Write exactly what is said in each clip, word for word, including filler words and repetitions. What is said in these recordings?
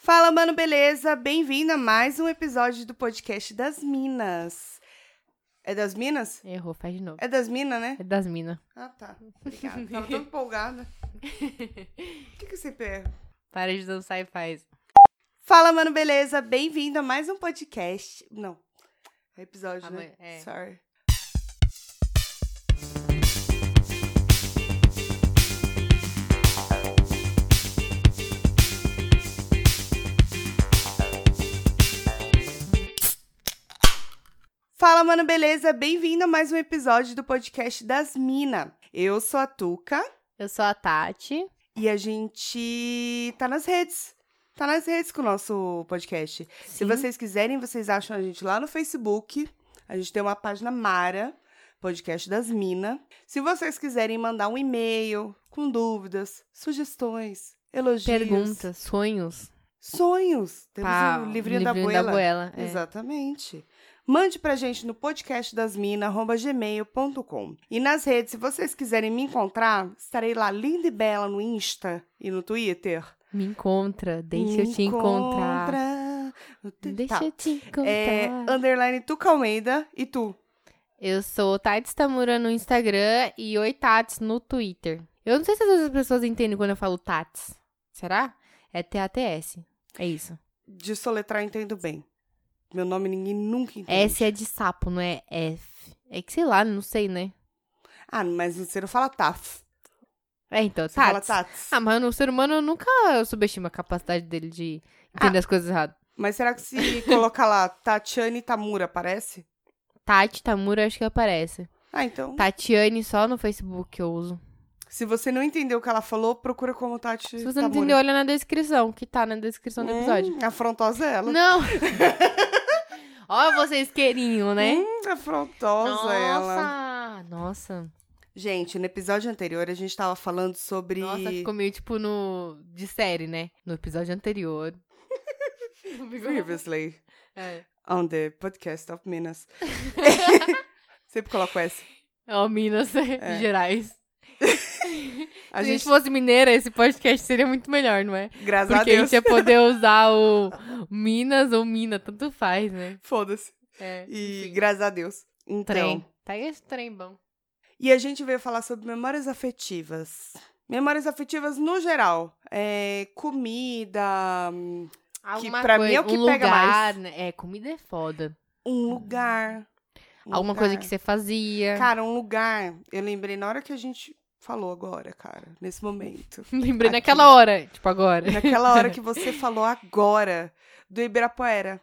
Fala, mano, beleza? Bem-vindo a mais um episódio do podcast das Minas. É das Minas? Errou, faz de novo. É das Minas, né? É das minas. Ah, tá. Obrigada. Tava tão empolgada. O que que você pega? Para de dançar e faz. Fala, mano, beleza? Bem-vindo a mais um podcast. Não. É episódio, Amanhã, né? é. Sorry. Fala, mano, beleza? Bem-vindo a mais um episódio do podcast das Minas. Eu sou a Tuca. Eu sou a Tati. E a gente tá nas redes. Tá nas redes com o nosso podcast. Sim. Se vocês quiserem, vocês acham a gente lá no Facebook. A gente tem uma página Mara, podcast das Minas. Se vocês quiserem mandar um e-mail com dúvidas, sugestões, elogios. Perguntas, sonhos. Sonhos. Temos Pá, o livrinho, livrinho da da Buela. Buela, é. Exatamente. Mande pra gente no podcastdasmina arroba gmail ponto com. E nas redes, se vocês quiserem me encontrar, estarei lá linda e bela no Insta e no Twitter. Me encontra, deixa Me eu te encontrar. encontra. Deixa Tá. eu te encontrar. É, underline Tuca Almeida e tu. Eu sou Tati Tamura no Instagram e Oi Tats no Twitter. Eu não sei se às vezes as pessoas entendem quando eu falo Tats. Será? É T A T S. É isso. De soletrar eu entendo bem. Meu nome ninguém nunca entende. S é de sapo, não é F. É que sei lá, não sei, né? Ah, mas você não fala taf. É, então, Você fala Tats. tats. Ah, mas o ser humano nunca subestima a capacidade dele de entender Ah. as coisas erradas. Mas será que se colocar lá Tatiane Tamura, aparece? Tati Tamura, acho que aparece. Ah, então. Tatiane só no Facebook que eu uso. Se você não entendeu o que ela falou, procura como Tati Se você não Tamura. entendeu, olha na descrição, que tá na descrição do episódio. Hum, afrontosa é ela. Não! Ó, vocês queriam, né? Hum, afrontosa ela. Nossa! Nossa. Gente, no episódio anterior a gente tava falando sobre... Nossa, ficou meio tipo no... de série, né? No episódio anterior. Previously É. on the podcast of Minas. Sempre coloco essa. Ó, Minas É. Gerais. A Se a gente, gente fosse mineira, esse podcast seria muito melhor, não é? graças a Porque a Deus, gente ia poder usar o Minas ou Mina, tanto faz, né? foda-se. É. E enfim. graças a Deus. Então, Trem. Tá esse trem bom. e a gente veio falar sobre memórias afetivas. Memórias afetivas no geral. É, comida, hum, Alguma pra coisa, mim é o que um pega lugar, mais. né? É, comida é foda. um lugar. um Alguma lugar. coisa que você fazia. Cara, um lugar. Eu lembrei na hora que a gente falou agora, cara. Nesse momento. Lembrei aqui. naquela hora, tipo agora. Naquela hora que você falou agora, do Ibirapuera.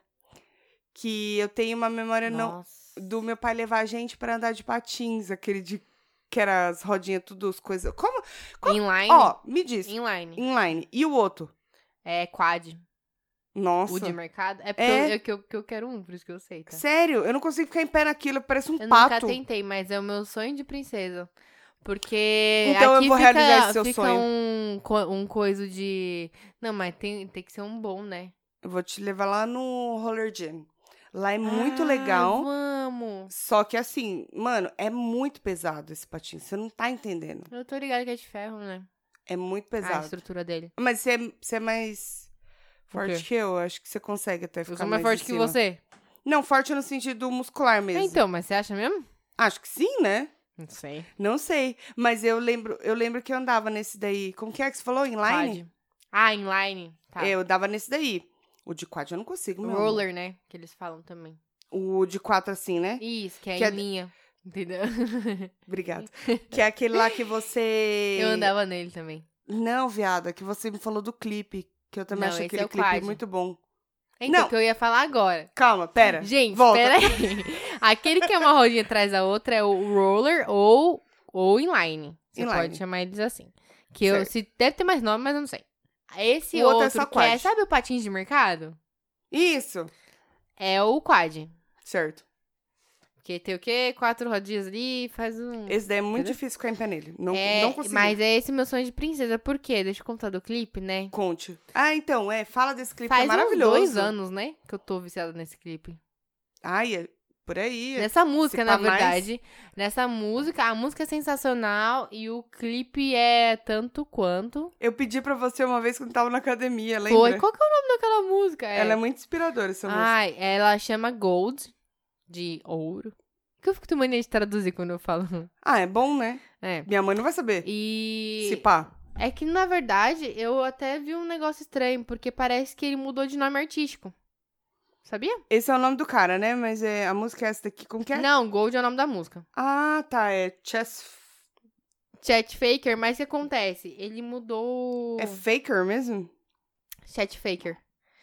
Que eu tenho uma memória não, Nossa. do meu pai levar a gente pra andar de patins, aquele de que era as rodinhas, tudo as coisas. Como? como- Inline? Ó, me diz. Inline. Inline. E o outro? É quad. Nossa. O de mercado. É porque É. eu, é que eu, que eu quero um, por isso que eu sei, tá? Sério, eu não consigo ficar em pé naquilo, parece um Eu pato. nunca tentei, mas é o meu sonho de princesa. Porque Então eu aqui vou fica, realizar esse seu fica sonho. um, co- um coisa de... Não, mas tem, tem que ser um bom, né? Eu vou te levar lá no Roller Gym. Lá é muito Ah, legal. Vamos! Só que assim, mano, é muito pesado esse patins. Você não tá entendendo. Eu tô ligada que é de ferro, né? É muito A pesado. estrutura dele. Mas você é, você é mais O forte quê? que eu. Acho que você consegue até Eu ficar sou mais mais forte em que cima. você. Não, forte no sentido muscular mesmo. É, então, mas você acha mesmo? Acho que sim, né? Não sei. Não sei. Mas eu lembro, eu lembro que eu andava nesse daí. Como que é que você falou? Inline? Quad. Ah, inline. Tá. Eu dava nesse daí. O de quatro eu não consigo, meu amor. Roller, né? Que eles falam também. O de quatro assim, né? Isso, que é Que em é- linha. Entendeu? Obrigada. Que é aquele lá que você... Eu andava nele também. Não, viada, que você me falou do clipe. Que eu também Não, acho esse aquele é o clipe quad. muito bom. Então, Não. o que eu ia falar agora. Calma, pera. Gente, volta. peraí. Aquele que é uma rodinha atrás da outra é o roller ou, ou inline. Você Inline. pode chamar eles assim. Que eu, Certo. se, deve ter mais nome, mas eu não sei. Esse O outro outro, é só que é, quad. sabe o patins de mercado? Isso. É o quad. Certo. Porque tem o quê? Quatro rodinhas ali, faz um... Esse daí é muito Entendeu? difícil ficar em pé nele. Não, é, não consigo. mas é esse meu sonho de princesa. Por quê? Deixa eu contar do clipe, né? Conte. Ah, então, é. Fala desse clipe, Faz é maravilhoso. uns dois anos, né? Que eu tô viciada nesse clipe. Ai, é- por aí. Nessa música, Se na pá mais. verdade. Nessa música, a música é sensacional e o clipe é tanto quanto. Eu pedi pra você uma vez quando tava na academia, lembra? Foi. Qual que é o nome daquela música? Ela é muito inspiradora, essa música. Ai, ela chama Gold, de ouro. Que eu fico com mania de traduzir quando eu falo. Ah, é bom, né? É. Minha mãe não vai saber. E. Se pá. É que, na verdade, eu até vi um negócio estranho, porque parece que ele mudou de nome artístico. Sabia? Esse é o nome do cara, né? Mas é, a música é essa daqui, como que é? Não, Gold é o nome da música. Ah, tá, é Chess... Chet Faker, mas o que acontece? Ele mudou... É Faker mesmo? Chet Faker.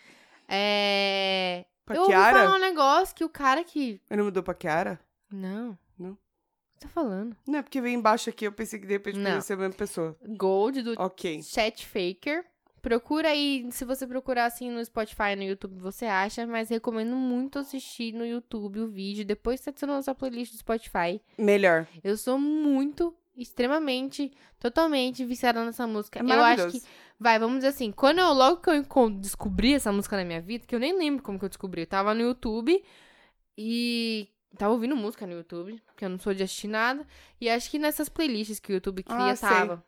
É... Pra Eu ouvi Kiara? falar um negócio que o cara que... Ele mudou pra Kiara? Não. Não? O que você tá falando? Não, é porque veio embaixo aqui, eu pensei que de repente Não. poderia ser a mesma pessoa. Gold, do Ok. Chet Faker. Procura aí, se você procurar assim no Spotify, no YouTube, você acha, mas recomendo muito assistir no YouTube o vídeo, depois você adiciona na sua playlist do Spotify. Melhor. Eu sou muito, extremamente, totalmente viciada nessa música. É eu acho maravilhoso. que, vai, vamos dizer assim, quando eu, logo que eu encon- descobri essa música na minha vida, que eu nem lembro como que eu descobri, eu tava no YouTube e tava ouvindo música no YouTube, porque eu não sou de assistir nada, e acho que nessas playlists que o YouTube cria Ah, sei. tava.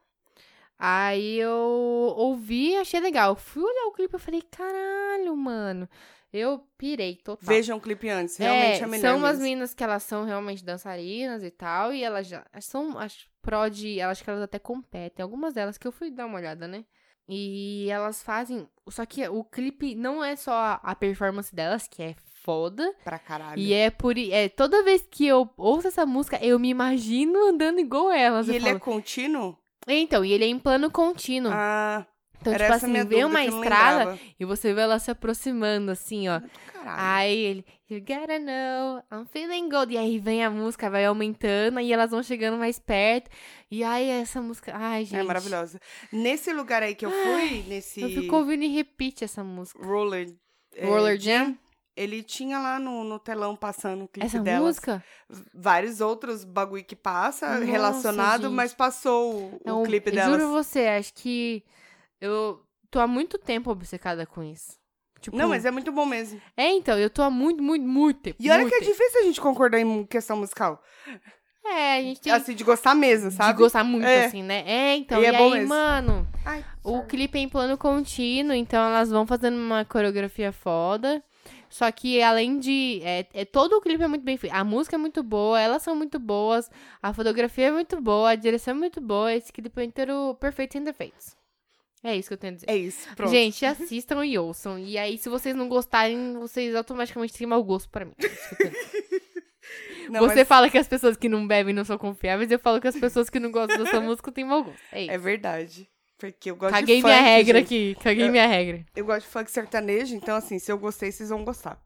Aí eu ouvi e achei legal. Fui olhar o clipe e falei, caralho, mano. Eu pirei total. Vejam o clipe antes, realmente é, é, melhor são umas mesmo. meninas que elas são realmente dançarinas e tal. E elas já são, acho, prod, elas acho que elas até competem. Algumas delas que eu fui dar uma olhada, né? E elas fazem... Só que o clipe não é só a performance delas, que é foda. Pra caralho. E é por... É, toda vez que eu ouço essa música, eu me imagino andando igual elas. E eu ele falo, é contínuo? Então, e ele é em plano contínuo. Ah, Então, era tipo essa assim, minha vem dúvida uma que eu não estrada lembrava. e você vê ela se aproximando, assim, ó. Caralho. Aí ele, you gotta know, I'm feeling good. E aí vem a música, vai aumentando e elas vão chegando mais perto. E aí essa música, ai, gente. É maravilhosa. Nesse lugar aí que eu fui, nesse Eu fico ouvindo em repeat essa música. Roller, é, Roller Jam? ele tinha lá no, no telão passando o clipe Essa delas. música? Vários outros bagulho que passa Nossa, relacionado, gente. mas passou o, Não, o clipe eu delas. juro você, acho que eu tô há muito tempo obcecada com isso. Tipo, Não, mas é muito bom mesmo. É, então, eu tô há muito, muito, muito tempo. E olha muito que é tempo. difícil a gente concordar em questão musical. É, a gente tem Assim, de gostar mesmo, sabe? de gostar muito, É. assim, né? É, então, E e, é bom aí, mesmo. mano, Ai, o sorry. clipe é em plano contínuo, então elas vão fazendo uma coreografia foda. Só que além de... É, é, todo o clipe é muito bem feito. A música é muito boa, elas são muito boas, a fotografia é muito boa, a direção é muito boa, esse clipe é inteiro perfeito sem defeitos. É isso que eu tenho a dizer. É isso, pronto. Gente, assistam e ouçam. E aí, se vocês não gostarem, vocês automaticamente têm mau gosto pra mim. É isso que eu tenho a dizer. Não, Você mas fala que as pessoas que não bebem não são confiáveis, eu falo que as pessoas que não gostam dessa música têm mau gosto. É isso. é verdade. Porque eu gosto Caguei de minha funk, regra gente. aqui. Caguei Eu- minha regra. Eu gosto de funk sertanejo, então assim, se eu gostei, vocês vão gostar.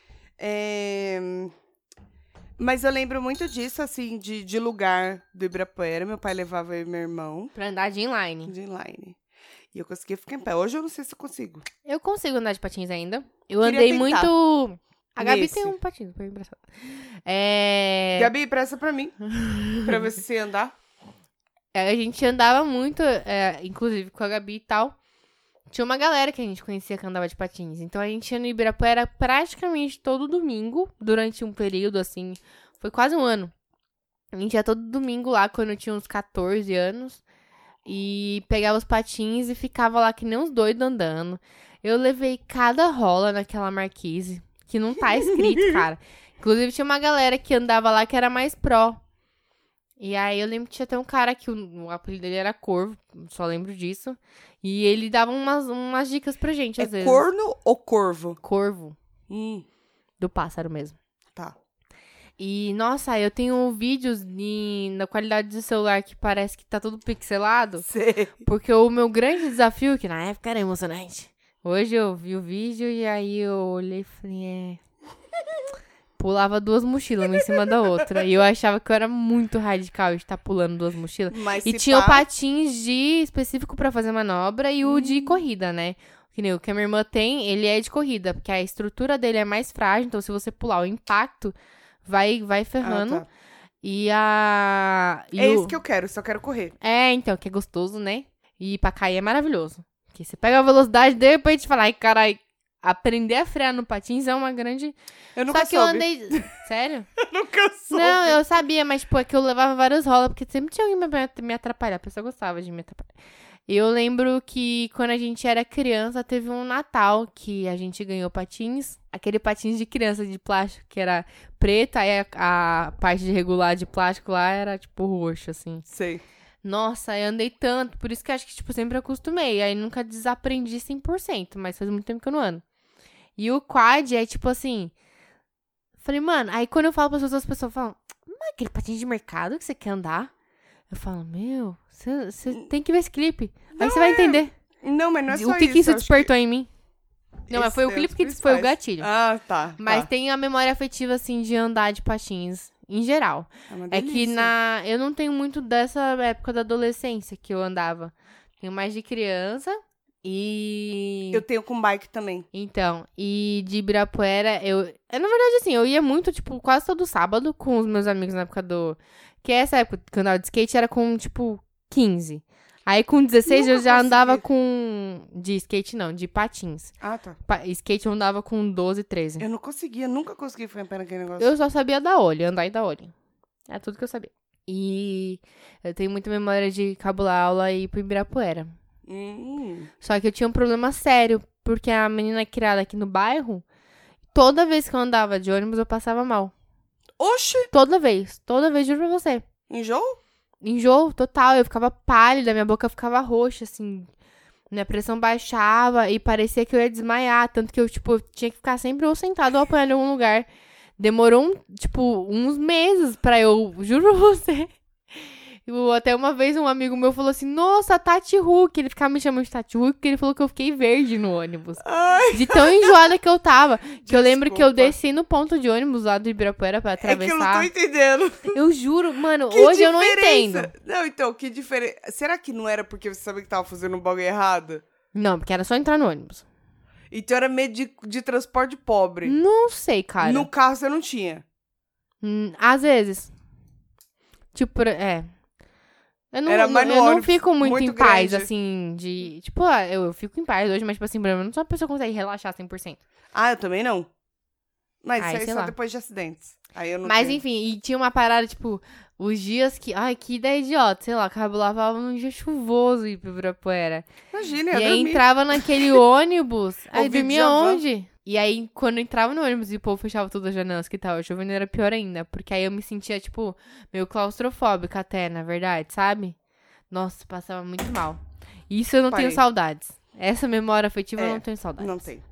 É... Mas eu lembro muito disso, assim, de, de lugar do Ibirapuera. Meu pai levava eu e meu irmão Pra andar de inline. de inline. E eu conseguia ficar em pé. Hoje eu não sei se eu consigo. Eu consigo andar de patins ainda. Eu Queria andei tentar. muito... A Gabi Nesse. tem um patins, foi engraçado. É... Gabi, presta pra mim. Pra ver se você andar. É, a gente andava muito, é, inclusive com a Gabi e tal. Tinha uma galera que a gente conhecia que andava de patins. Então a gente ia no Ibirapuera praticamente todo domingo, durante um período, assim. Foi quase um ano. A gente ia todo domingo lá, quando eu tinha uns catorze anos. E pegava os patins e ficava lá que nem uns doidos andando. Eu levei cada rola naquela marquise, que não tá escrito, cara. Inclusive tinha uma galera que andava lá que era mais pró. E aí eu lembro que tinha até um cara que o, o apelido dele era Corvo, só lembro disso. E ele dava umas, umas dicas pra gente, às É vezes. corno ou corvo? Corvo, Hum, do pássaro mesmo. tá. E, nossa, eu tenho vídeos de, na qualidade do celular que parece que tá tudo pixelado. Sei. Porque o meu grande desafio, que na época era emocionante. Hoje eu vi o vídeo e aí eu olhei e falei, é... Pulava duas mochilas uma em cima da outra. E eu achava que eu era muito radical de estar pulando duas mochilas. Mas E se tinha o pá, patins de específico pra fazer manobra e o de corrida, né? Que nem o que a minha irmã tem, ele é de corrida, porque a estrutura dele é mais frágil, então se você pular o impacto, vai, vai ferrando. Ah, tá. E a... e É o- isso que eu quero, só quero correr. É, então, que é gostoso, né? E pra cair é maravilhoso. Porque você pega a velocidade, de repente fala, ai, carai, aprender a frear no patins é uma grande... Eu nunca Só que soube. eu andei... Sério? Eu nunca soube. Não, eu sabia, mas, tipo, é que eu levava várias rolas, porque sempre tinha alguém pra me atrapalhar. A pessoa gostava de me atrapalhar. Eu lembro que quando a gente era criança, teve um Natal que a gente ganhou patins. Aquele patins de criança de plástico, que era preto, aí a, a parte de regular de plástico lá era, tipo, roxo, assim. Sei. Nossa, eu andei tanto, por isso que eu acho que, tipo, sempre acostumei. Aí nunca desaprendi cem por cento, mas faz muito tempo que eu não ando. E o quad é, tipo, assim... Falei, mano, aí quando eu falo para as pessoas, as pessoas falam, mas aquele patins de mercado que você quer andar? Eu falo, meu, você tem que ver esse clipe. Não aí você vai é... entender. Não, mas não é só o que isso. que isso eu acho despertou em mim. Não, mas esse foi o é clipe os que foi o principais. gatilho. Ah, tá. Mas tá. tem a memória afetiva, assim, de andar de patins, em geral. É, uma É que delícia. na... eu não tenho muito dessa época da adolescência que eu andava. Tenho mais de criança e... Eu tenho com bike também. Então, e de Ibirapuera, eu... é, na verdade, assim, eu ia muito, tipo, quase todo sábado com os meus amigos na época do... Que essa época que eu andava de skate era com, tipo, quinze. Aí com dezesseis Nunca eu já consegui. andava com... De skate não, de patins. Ah, tá. Pa... Skate eu andava com doze, treze. Eu não conseguia, nunca consegui ficar em pé naquele negócio. Eu só sabia dar olho, andar e dar olho. É tudo que eu sabia. E eu tenho muita memória de cabular aula e ir pro Ibirapuera. Hum. Só que eu tinha um problema sério, porque a menina criada aqui no bairro, toda vez que eu andava de ônibus, eu passava mal. Oxi! Toda vez. Toda vez, juro pra você. Enjoo? Enjoo total, eu ficava pálida, minha boca ficava roxa, assim. Minha pressão baixava e parecia que eu ia desmaiar. Tanto que eu, tipo, tinha que ficar sempre ou sentado ou apanhado em algum lugar. Demorou, um, tipo, uns meses pra eu, juro pra você. Eu, até uma vez um amigo meu falou assim, nossa, Tati Hulk. Ele ficava me chamando de Tati Hulk porque ele falou que eu fiquei verde no ônibus. Ai, De tão enjoada que eu tava. Que eu lembro que eu Desculpa. desci no ponto de ônibus lá do Ibirapuera pra é que eu não tô atravessar. entendendo. Eu juro, mano, Que hoje eu não diferença. entendo. Não, então, que diferença. Será que não era porque você sabia que tava fazendo um bagulho errado? Não, porque era só entrar no ônibus. Então era meio de, de transporte pobre. Não sei, cara. No carro você não tinha. Hum, às vezes. Tipo, é. Eu não, Era mais no eu não ônibus, fico muito, muito em paz, grande. assim, de... Tipo, ah, eu, eu fico em paz hoje, mas, tipo assim, pra mim, eu não sou uma pessoa que consegue relaxar cem por cento. Ah, eu também não. Mas Ai, isso aí sei só lá. depois de acidentes. Aí eu não Mas, tenho. enfim, e tinha uma parada, tipo, os dias que... Ai, que ideia idiota, sei lá, cabulava num dia chuvoso ir pro Ibirapuera. Imagina, E eu aí dormi. entrava naquele ônibus, aí Ouvido dormia Djavan. onde? E aí, quando eu entrava no ônibus e o povo fechava todas as janelas que tava chovendo, era pior ainda. Porque aí eu me sentia, tipo, meio claustrofóbica até, na verdade, sabe? Nossa, passava muito mal. Isso eu não Parei. tenho saudades. Essa memória afetiva eu É, não tenho saudades. Não tem.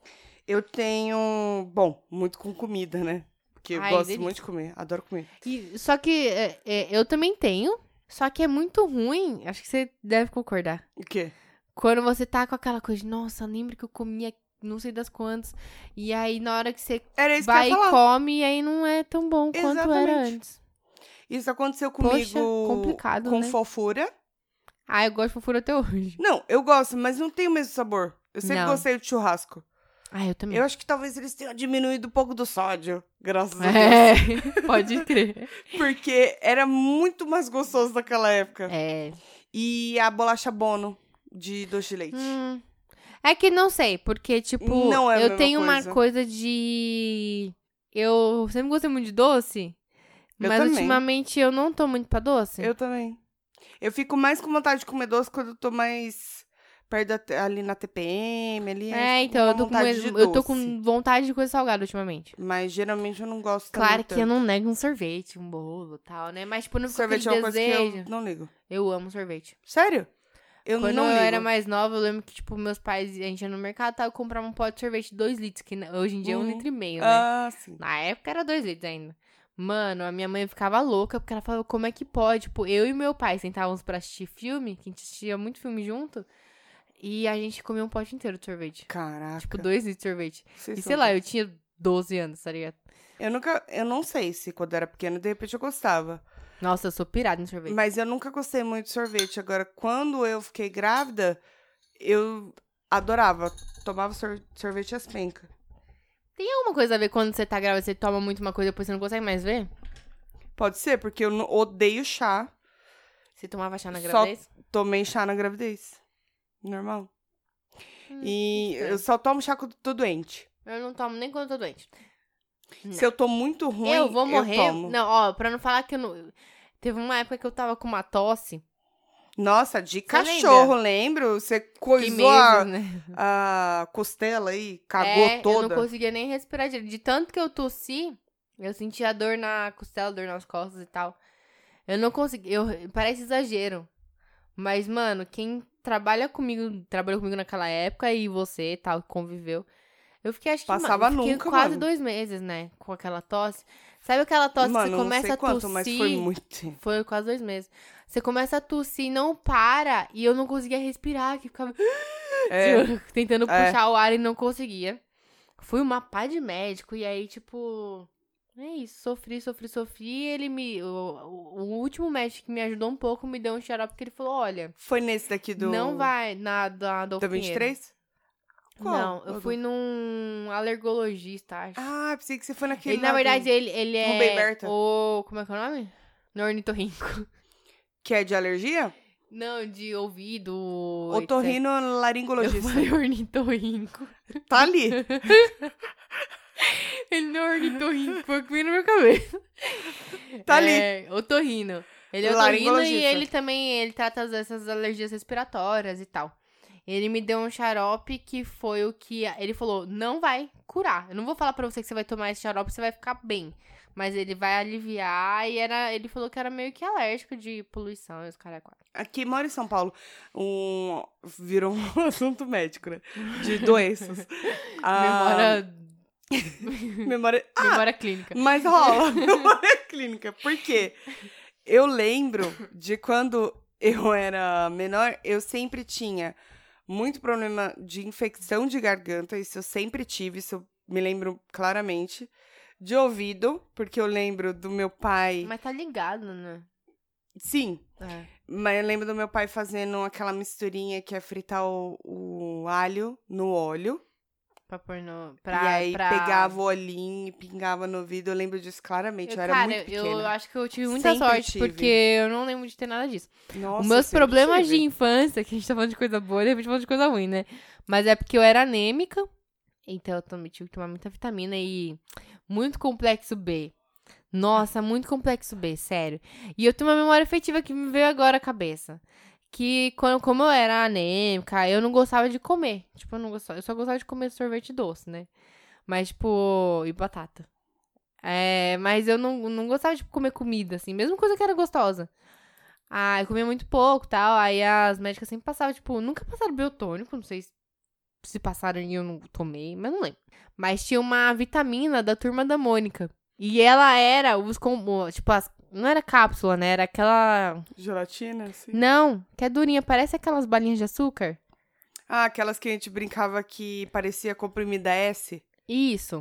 Eu tenho... Bom, muito com comida, né? Porque eu Ai, gosto delícia. muito de comer. Adoro comer. E, só que é, é, eu também tenho, só que é muito ruim. Acho que você deve concordar. O quê? Quando você tá com aquela coisa de, nossa, lembra que eu comia não sei das quantas. E aí, na hora que você Era isso vai que eu e ia falar. come, aí não é tão bom quanto era Exatamente. antes. Isso aconteceu Poxa, comigo complicado, com né? fofura. Ah, eu gosto de fofura até hoje. Não, eu gosto, mas não tem o mesmo sabor. Eu sempre Não. gostei de churrasco. Ah, eu também. Eu acho que talvez eles tenham diminuído um pouco do sódio, graças a Deus. É, pode crer. Porque era muito mais gostoso naquela época. É. E a bolacha Bono, de doce de leite. Hum, é que não sei, porque, tipo, Não é a eu mesma tenho coisa. uma coisa de... Eu sempre gostei muito de doce, Eu mas também. ultimamente eu não tô muito pra doce. Eu também. Eu fico mais com vontade de comer doce quando eu tô mais perto da, T- ali na T P M, ali. É, eu fico então, eu tô, com, vontade de eu tô doce. com vontade de coisa salgada ultimamente. Mas geralmente eu não gosto Claro também que eu não nego um sorvete, um bolo e tal, né? Mas, tipo, não fica Sorvete é aquele uma coisa desejo. que eu não ligo. Eu amo sorvete. Sério? Eu Quando não eu ligo. era mais nova, eu lembro que, tipo, meus pais, a gente ia no mercado, tá, eu comprava um pote de sorvete de dois litros, que na- hoje em dia é um Uhum. litro e meio, né? Ah, sim. Na época era dois litros ainda. Mano, a minha mãe ficava louca, porque ela falava, como é que pode? Tipo, eu e meu pai sentávamos pra assistir filme, que a gente assistia muito filme junto, e a gente comia um pote inteiro de sorvete. Caraca. Tipo, dois litros de sorvete. Vocês E são sei lá, eu doidos. tinha doze anos, tá ligado? Eu nunca... Eu não sei se quando eu era pequena, de repente eu gostava. Nossa, eu sou pirada em sorvete. Mas eu nunca gostei muito de sorvete. Agora, quando eu fiquei grávida, eu adorava. Tomava sor- sorvete às pencas. Tem alguma coisa a ver quando você tá grávida, você toma muito uma coisa e depois você não consegue mais ver? Pode ser, porque eu não- odeio chá. Você tomava chá na Só- gravidez? Tomei chá na gravidez. Normal. Hum, e estranho. eu só tomo chá quando tô doente. Eu não tomo nem quando eu tô doente. Não. Se eu tô muito ruim, eu vou morrer. eu tomo. Não, ó, pra não falar que eu não... Teve uma época que eu tava com uma tosse. Nossa, de Você cachorro, lembra? lembro. Você Que coisou meses, a, né? a costela aí, cagou é, toda. eu não conseguia nem respirar direito. De tanto que eu tossi, eu sentia dor na costela, dor nas costas e tal. Eu não consegui, eu, parece exagero. Mas, mano, quem trabalha comigo, trabalhou comigo naquela época e você, tal, conviveu. Eu fiquei, acho que, Passava mano, eu fiquei nunca, quase mano. dois meses, né, com aquela tosse. Sabe aquela tosse Mano, que você começa não sei a quanto, tossir? mas foi muito. Foi quase dois meses. Você começa a tossir, não para, e eu não conseguia respirar, que ficava É, tentando é. puxar o ar e não conseguia. Fui uma pá de médico, e aí, tipo... É isso, sofri, sofri, sofri. Ele me... O, o, o último médico que me ajudou um pouco me deu um xarope, porque ele falou, olha... Foi nesse daqui do... Não vai na da Adolfo Da vinte e três? Qual? Não, eu fui num alergologista, acho. Ah, pensei que você foi naquele Ele, na lá do- verdade, ele, ele Rubem é Berta. o... Como é que é o nome? No ornitorrinco. Que é de alergia? Não, de ouvido, Otorrino Eu laringologista. falei ornitorrinco. Tá ali. Ele não é ornitorrinco, foi o que veio na minha cabeça. Tá ali. É, otorrino. Ele é otorrino e Laringologista. ele também, ele trata dessas alergias respiratórias e tal. Ele me deu um xarope que foi o que... Ele falou, não vai curar. Eu não vou falar pra você que você vai tomar esse xarope e você vai ficar bem. Mas ele vai aliviar e era, ele falou que era meio que alérgico de poluição e os caras quatro. Aqui, mora em São Paulo, um... virou um assunto médico, né? De doenças. Ah, Memória, Memória... Ah, memória clínica. mas rola. Memória clínica. Por quê? Eu lembro de quando eu era menor, eu sempre tinha muito problema de infecção de garganta. Isso eu sempre tive, isso eu me lembro claramente. De ouvido, porque eu lembro do meu pai... Mas tá ligado, né? Sim, É. mas eu lembro do meu pai fazendo aquela misturinha que é fritar o, o alho no óleo. Pra pôr no... Pra, e aí pra... pegava o olhinho e pingava no ouvido. Eu lembro disso claramente, eu, Eu, era cara, muito pequena. eu acho que eu tive muita Sempre sorte, tive. porque eu não lembro de ter nada disso. Nossa, Os meus sempre problemas tive. de infância, que a gente tá falando de coisa boa, de repente falando de coisa ruim, né? Mas é porque eu era anêmica, então eu também tive que tomar muita vitamina e muito complexo B. Nossa, muito complexo B, sério. E eu tenho uma memória afetiva que me veio agora à cabeça. Que quando, como eu era anêmica, eu não gostava de comer. Tipo, eu não gostava, eu só gostava de comer sorvete doce, né? Mas, tipo, e batata. É, mas eu não, não gostava de comer comida, assim, mesmo coisa que era gostosa. Ah, eu comia muito pouco e tal. Aí as médicas sempre passavam, tipo, nunca passaram biotônico, não sei se, se passaram e eu não tomei, mas não lembro. Mas tinha uma vitamina da Turma da Mônica. E ela era os como, tipo, as, não era cápsula, né? Era aquela... Gelatina, assim? Não, que é durinha, parece aquelas balinhas de açúcar. Ah, aquelas que a gente brincava que parecia comprimida S. Isso.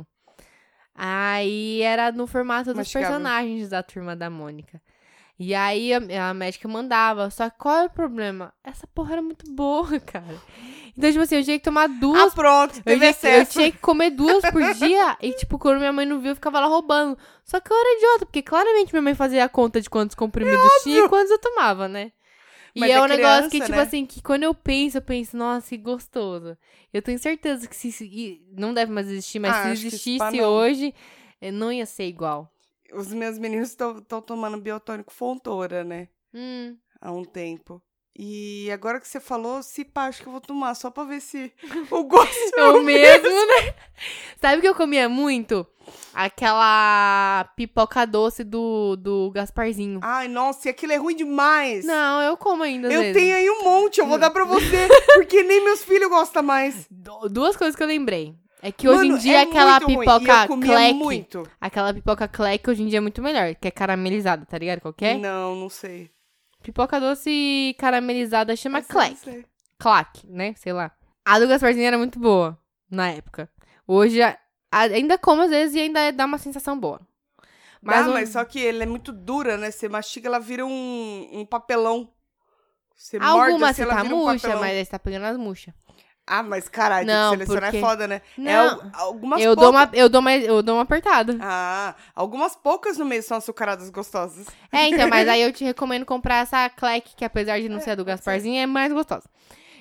Aí era no formato dos Mastigava. personagens da Turma da Mônica. E aí a, a médica mandava. Só que qual é o problema? Essa porra era muito boa, cara. Então, tipo assim, eu tinha que tomar duas. Ah, pronto, eu, teve tinha, eu excesso. tinha que comer duas por dia. E, tipo, quando minha mãe não viu, eu ficava lá roubando. Só que eu era idiota, porque claramente minha mãe fazia a conta de quantos comprimidos tinha e quantos eu tomava, né? E Mas é é um negócio que, criança, tipo né? assim, que quando eu penso, eu penso, nossa, que gostoso. Eu tenho certeza que se, se não deve mais existir, mas Ah, se acho que existisse esse pá, não. hoje, eh, não ia ser igual. Os meus meninos estão tomando biotônico Fontoura, né? Hum. Há um tempo. E agora que você falou, se pá, acho que eu vou tomar, só pra ver se o gosto É o mesmo, né? Sabe o que eu comia muito? Aquela pipoca doce do, do Gasparzinho. Ai, nossa, e aquilo é ruim demais. Não, eu como ainda, às eu vezes. tenho aí um monte, eu vou dar pra você, porque nem meus filhos gostam mais. Du- Duas coisas que eu lembrei. É que hoje Mano, em dia é aquela muito ruim, e pipoca eu comia Clec, muito. aquela pipoca Clec hoje em dia é muito melhor, que é caramelizada, tá ligado? Qual que é? Não, não sei. Pipoca doce caramelizada chama Essa eu não Clec. sei. Clack, né? Sei lá. A do Gasparzinho era muito boa na época. Hoje a- a- ainda como às vezes e ainda dá uma sensação boa. Mas, Dá, um- mas só que ele é muito dura, né? Você mastiga, ela vira um, um papelão. Você morde alguma assim, você ela tá vira um murcha, papelão. mas aí você tá pegando as murchas. Ah, mas caralho, Não, tem que selecionar porque- é foda, né? É Não. al- algumas Eu poucas... dou, uma, eu, dou uma, eu dou uma apertada. Ah, algumas poucas no meio são açucaradas gostosas. É, então, mas aí eu te recomendo comprar essa Clec, que apesar de não É, ser a do pode Gasparzinho, é mais gostosa.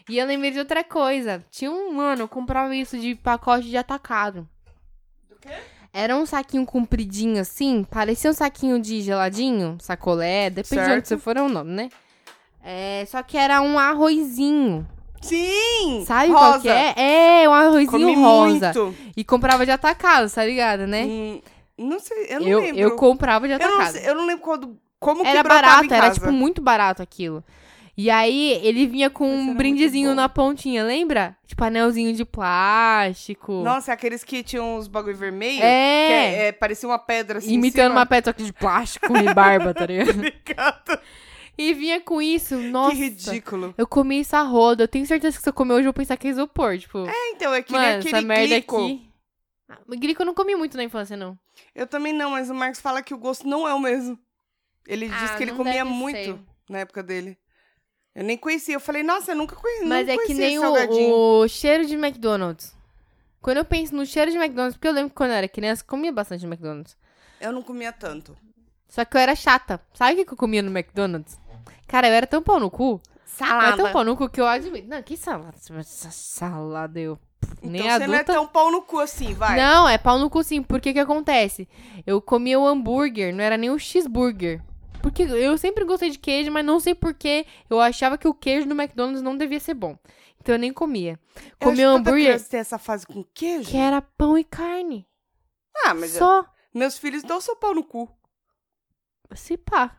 E eu lembrei de outra coisa. Tinha um, mano, eu comprava isso de pacote de atacado. Do quê? Era um saquinho compridinho assim, parecia um saquinho de geladinho, sacolé, depende Certo. de onde você for é o nome, né? É, só que era um arrozinho. Sim! Sabe rosa. qual que é? É, um arrozinho Comi rosa. muito. E comprava de atacado, tá ligado, né? Hum, não sei, eu não eu, lembro. eu comprava de eu, atacado. não sei, eu não lembro quando, como Era que brotava barato, em casa. era tipo muito barato aquilo. E aí, ele vinha com Mas um era brindezinho muito bom. na pontinha, lembra? Tipo, anelzinho de plástico. Nossa, é aqueles que tinham os bagulho vermelho. É. Que é, é, parecia uma pedra assim Imitando em uma cima. pedra de plástico e barba, tá ligado? Obrigada. E vinha com isso, nossa. Que ridículo. Eu comi isso a roda. Eu tenho certeza que se eu comer hoje, eu vou pensar que é isopor, tipo... É, então, é que mano, nem aquele essa merda glico. aqui... Ah, glico eu não comi muito na infância, não. Eu também não, mas o Marcos fala que o gosto não é o mesmo. Ele Ah, disse que ele não comia deve muito ser. na época dele. Eu nem conhecia. Eu falei, nossa, eu nunca conheci. Mas não é que conhecia nem esse salgadinho. o, o cheiro de McDonald's. Quando eu penso no cheiro de McDonald's, porque eu lembro que quando eu era criança, eu comia bastante McDonald's. Eu não comia tanto. Só que eu era chata. Sabe o que que eu comia no McDonald's? Cara, eu era tão pau no cu. Eu era tão pau no cu que eu admito. Não, que salada? Essa salada eu... Nem Então você adulta... não é tão pau no cu assim, vai. Não, é pau no cu sim. Por que que acontece? Eu comia o hambúrguer, não era nem o cheeseburger. Porque eu sempre gostei de queijo, mas não sei porquê. Eu achava que o queijo do McDonald's não devia ser bom. Então eu nem comia. Eu Comia o acho que toda hambúrguer, criança tem essa fase com queijo. que era pão e carne. Ah, mas eu- Só. meus filhos dão seu pau no cu. Se pá.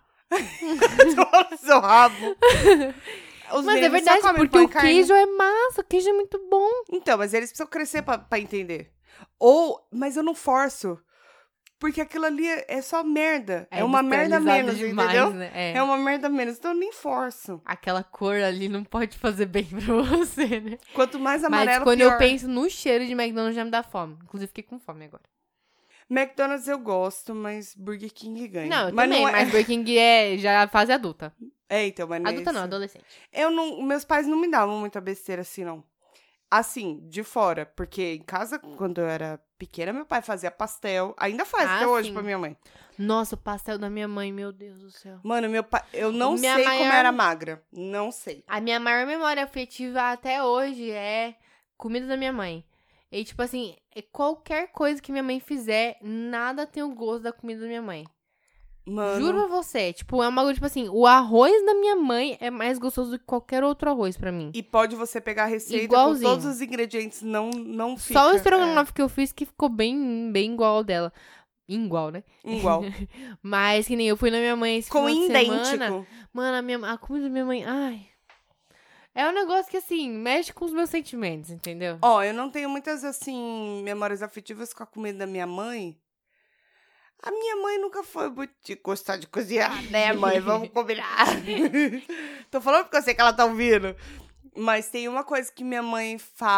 Seu rabo. Os Mas é meninos só verdade, comem porque pão e o carne. queijo é massa. O queijo é muito bom. Então, mas eles precisam crescer pra, pra entender. Ou, mas eu não forço. Porque aquilo ali é, é só merda. É, uma merda industrializado menos, demais, entendeu? né? É. É uma merda menos. Então eu nem forço. Aquela cor ali não pode fazer bem pra você, né? Quanto mais Mas amarelo, quando pior. eu penso no cheiro de McDonald's já me dá fome. Inclusive, fiquei com fome agora. McDonald's eu gosto, mas Burger King ganha. Não, eu mas também, não é... mas Burger King é já fase adulta. É, então, mas não é Adulta não, isso. adolescente. Eu não... Meus pais não me davam muita besteira assim, não. Assim, de fora. Porque em casa, quando eu era pequena, meu pai fazia pastel. Ainda faz Ah, até hoje sim. pra minha mãe. Nossa, o pastel da minha mãe, meu Deus do céu. Mano, meu pai... Eu não Minha sei como maior- era magra. Não sei. A minha maior memória afetiva até hoje é comida da minha mãe. E, tipo assim, é qualquer coisa que minha mãe fizer, nada tem o gosto da comida da minha mãe. Mano... Juro pra você. Tipo, é uma coisa, tipo assim, o arroz da minha mãe é mais gostoso do que qualquer outro arroz pra mim. E pode você pegar a receita Igualzinho. com todos os ingredientes, não, não fica. Só o estrogonofe que eu fiz que ficou bem, bem igual ao dela. Igual, né? É, igual. Mas que nem eu fui na minha mãe esse Com final de idêntico. semana. Mano, a, minha, a comida da minha mãe, ai... É um negócio que, assim, mexe com os meus sentimentos, entendeu? Ó, eu não tenho muitas, assim, memórias afetivas com a comida da minha mãe. A minha mãe nunca foi muito de gostar de cozinhar, né, mãe? Vamos combinar. Tô falando porque eu sei que ela tá ouvindo. Mas tem uma coisa que minha mãe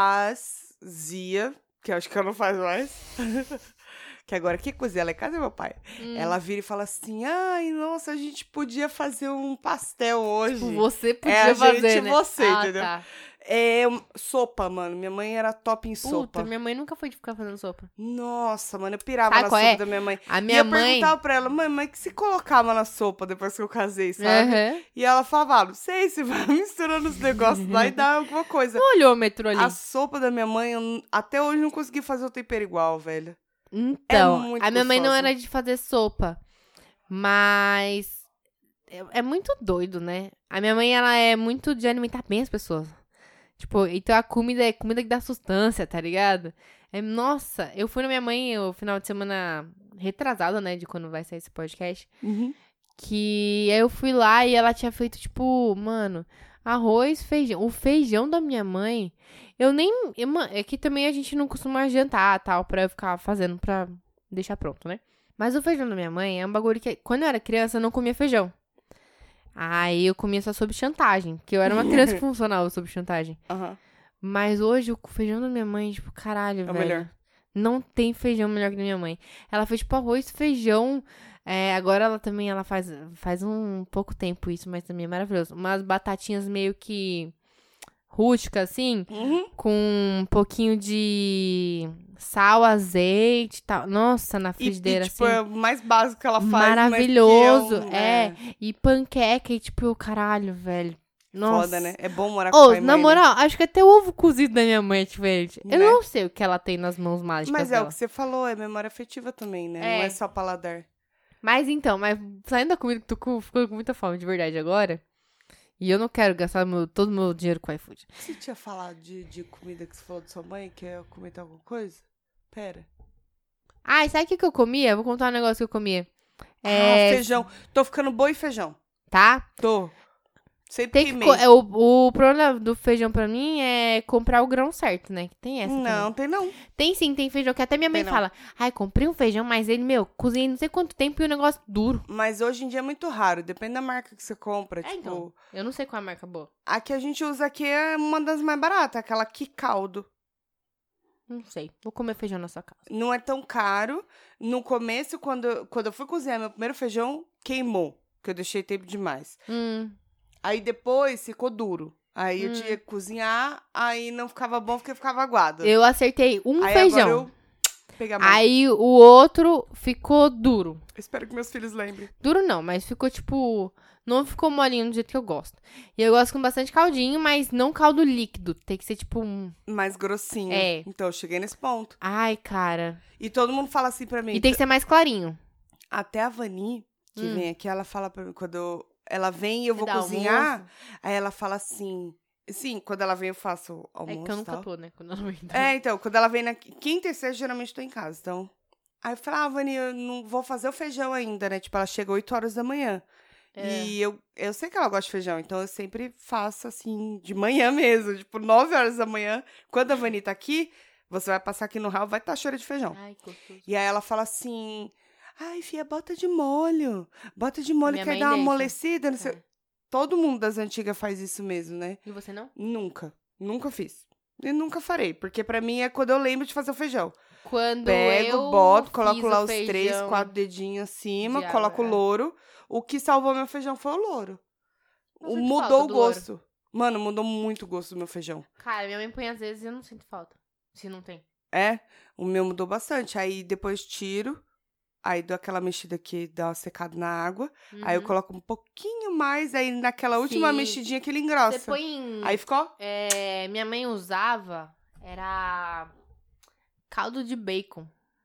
fazia, que eu acho que ela não faz mais. Que agora que cozinha ela é casa, meu pai. Hum. Ela vira e fala assim, ai, nossa, a gente podia fazer um pastel hoje. Tipo, você podia É a fazer, gente e né? você, Ah, entendeu? Tá. É, um- sopa, mano. Minha mãe era top em Puta, sopa. minha mãe nunca foi de ficar fazendo sopa. Nossa, mano, eu pirava Sabe na qual sopa é? da minha mãe. A E minha eu mãe... perguntava pra ela, mãe, mas o que se colocava na sopa depois que eu casei, sabe? Aham. E ela falava, ah, não sei, você vai misturando os negócios lá e dá alguma coisa. O olhômetro ali. A sopa da minha mãe, eu n- até hoje não consegui fazer o tempero igual, velho. Então, É muito a minha mãe não gostosa. era de fazer sopa, mas é, é muito doido, né? A minha mãe, ela é muito de alimentar bem as pessoas. Tipo, então a comida é comida que dá sustância, tá ligado? É, nossa, eu fui na minha mãe o final de semana retrasado, né, de quando vai sair esse podcast, que aí eu fui lá e ela tinha feito, tipo, mano, arroz, feijão. O feijão da minha mãe, eu nem... Eu, ma- é que também a gente não costuma jantar, tal, pra eu ficar fazendo pra deixar pronto, né? Mas o feijão da minha mãe é um bagulho que... Quando eu era criança, eu não comia feijão. Aí eu comia só sob chantagem, porque eu era uma criança que funcionava sob chantagem. Aham. Mas hoje, o feijão da minha mãe, tipo, caralho, É o velho. melhor. Não tem feijão melhor que da minha mãe. Ela fez, tipo, arroz, feijão. É, agora ela também, ela faz, faz um pouco tempo isso, mas também é maravilhoso. Umas batatinhas meio que rústicas, assim, Uhum. com um pouquinho de sal, azeite e tal. Nossa, na E, frigideira, e, tipo, assim. é o mais básico que ela faz. Maravilhoso, mas que é. E panqueca, e tipo, caralho, velho. Nossa. Foda, né? É bom morar com Ô, pai e na mãe, moral, acho que até o ovo cozido da minha mãe é diferente. Né? Eu não sei o que ela tem nas mãos mágicas Mas é dela. o que você falou, é memória afetiva também, né? É. Não é só paladar. Mas então, mas saindo da comida que tu com- ficou com muita fome de verdade agora. E eu não quero gastar meu, todo o meu dinheiro com iFood. Você tinha falado de, de comida que você falou de sua mãe? Quer comentar alguma coisa? Pera. Ai, sabe o que, que eu comia? Vou contar um negócio que eu comia. Ah, É, feijão. Tô ficando boa em feijão. tá? Tô. Sempre Tem que queimei. co- é, o, o problema do feijão pra mim é comprar o grão certo, né? Que tem essa também. Não, tem não. Tem sim, tem feijão que até minha mãe Tem não. fala. Ai, comprei um feijão, mas ele, meu, cozinhei não sei quanto tempo e o negócio duro. Mas hoje em dia é muito raro. Depende da marca que você compra. É, tipo, então. Eu não sei qual é a marca boa. a que a gente usa aqui é uma das mais baratas. Aquela que caldo. Não sei. Vou comer feijão na sua casa. Não é tão caro. No começo, quando, quando eu fui cozinhar meu primeiro feijão, queimou. Que eu deixei tempo demais. Hum. Aí depois ficou duro. Aí eu Hum. tinha que cozinhar, aí não ficava bom porque ficava aguado. Eu acertei um aí feijão. Agora eu peguei a mão. Aí o outro ficou duro. Espero que meus filhos lembrem. Duro não, mas ficou tipo. Não ficou molinho do jeito que eu gosto. E eu gosto com bastante caldinho, mas não caldo líquido. Tem que ser tipo um. Mais grossinho. É. Então eu cheguei nesse ponto. Ai, cara. E todo mundo fala assim pra mim. E tem que ser mais clarinho. Até a Vani, que Hum. vem aqui, ela fala pra mim, quando eu- ela vem e eu Você vou dá cozinhar, almoço? aí ela fala assim. Sim, quando ela vem eu faço É almoço que eu e nunca tal. tô, né? Quando ela vem. É, então, quando ela vem na quinta e sexta, geralmente tô em casa, então. Aí eu falo, ah, Vani, eu não vou fazer o feijão ainda, né? Tipo, ela chega oito horas da manhã. É. E eu, eu sei que ela gosta de feijão, então eu sempre faço assim, de manhã mesmo, tipo, nove horas da manhã. Quando a Vani tá aqui, você vai passar aqui no hall, vai estar cheiro de feijão. Ai, que gostoso. E aí ela fala assim, ai, filha, bota de molho. Bota de molho Minha que aí mãe dá uma deixa. amolecida. Não sei. É. Todo mundo das antigas faz isso mesmo, né? E você não? Nunca. Nunca fiz. E nunca farei, porque pra mim é quando eu lembro de fazer o feijão. Quando Pego, eu boto, coloco fiz lá o os três, feijão quatro dedinhos acima, de coloco o água, é. louro. O que salvou meu feijão foi o louro. Não O- sinto mudou falta o do louro. gosto. Mano, mudou muito o gosto do meu feijão. Cara, minha mãe põe às vezes e eu não sinto falta. Se não tem. É, o meu mudou bastante. Aí depois tiro, aí dou aquela mexida que dá uma secada na água. Aí eu Uhum. coloco um pouquinho mais, aí naquela última Sim. mexidinha que ele engrossa. Você põe em... Aí ficou? É, minha mãe usava, era caldo de bacon.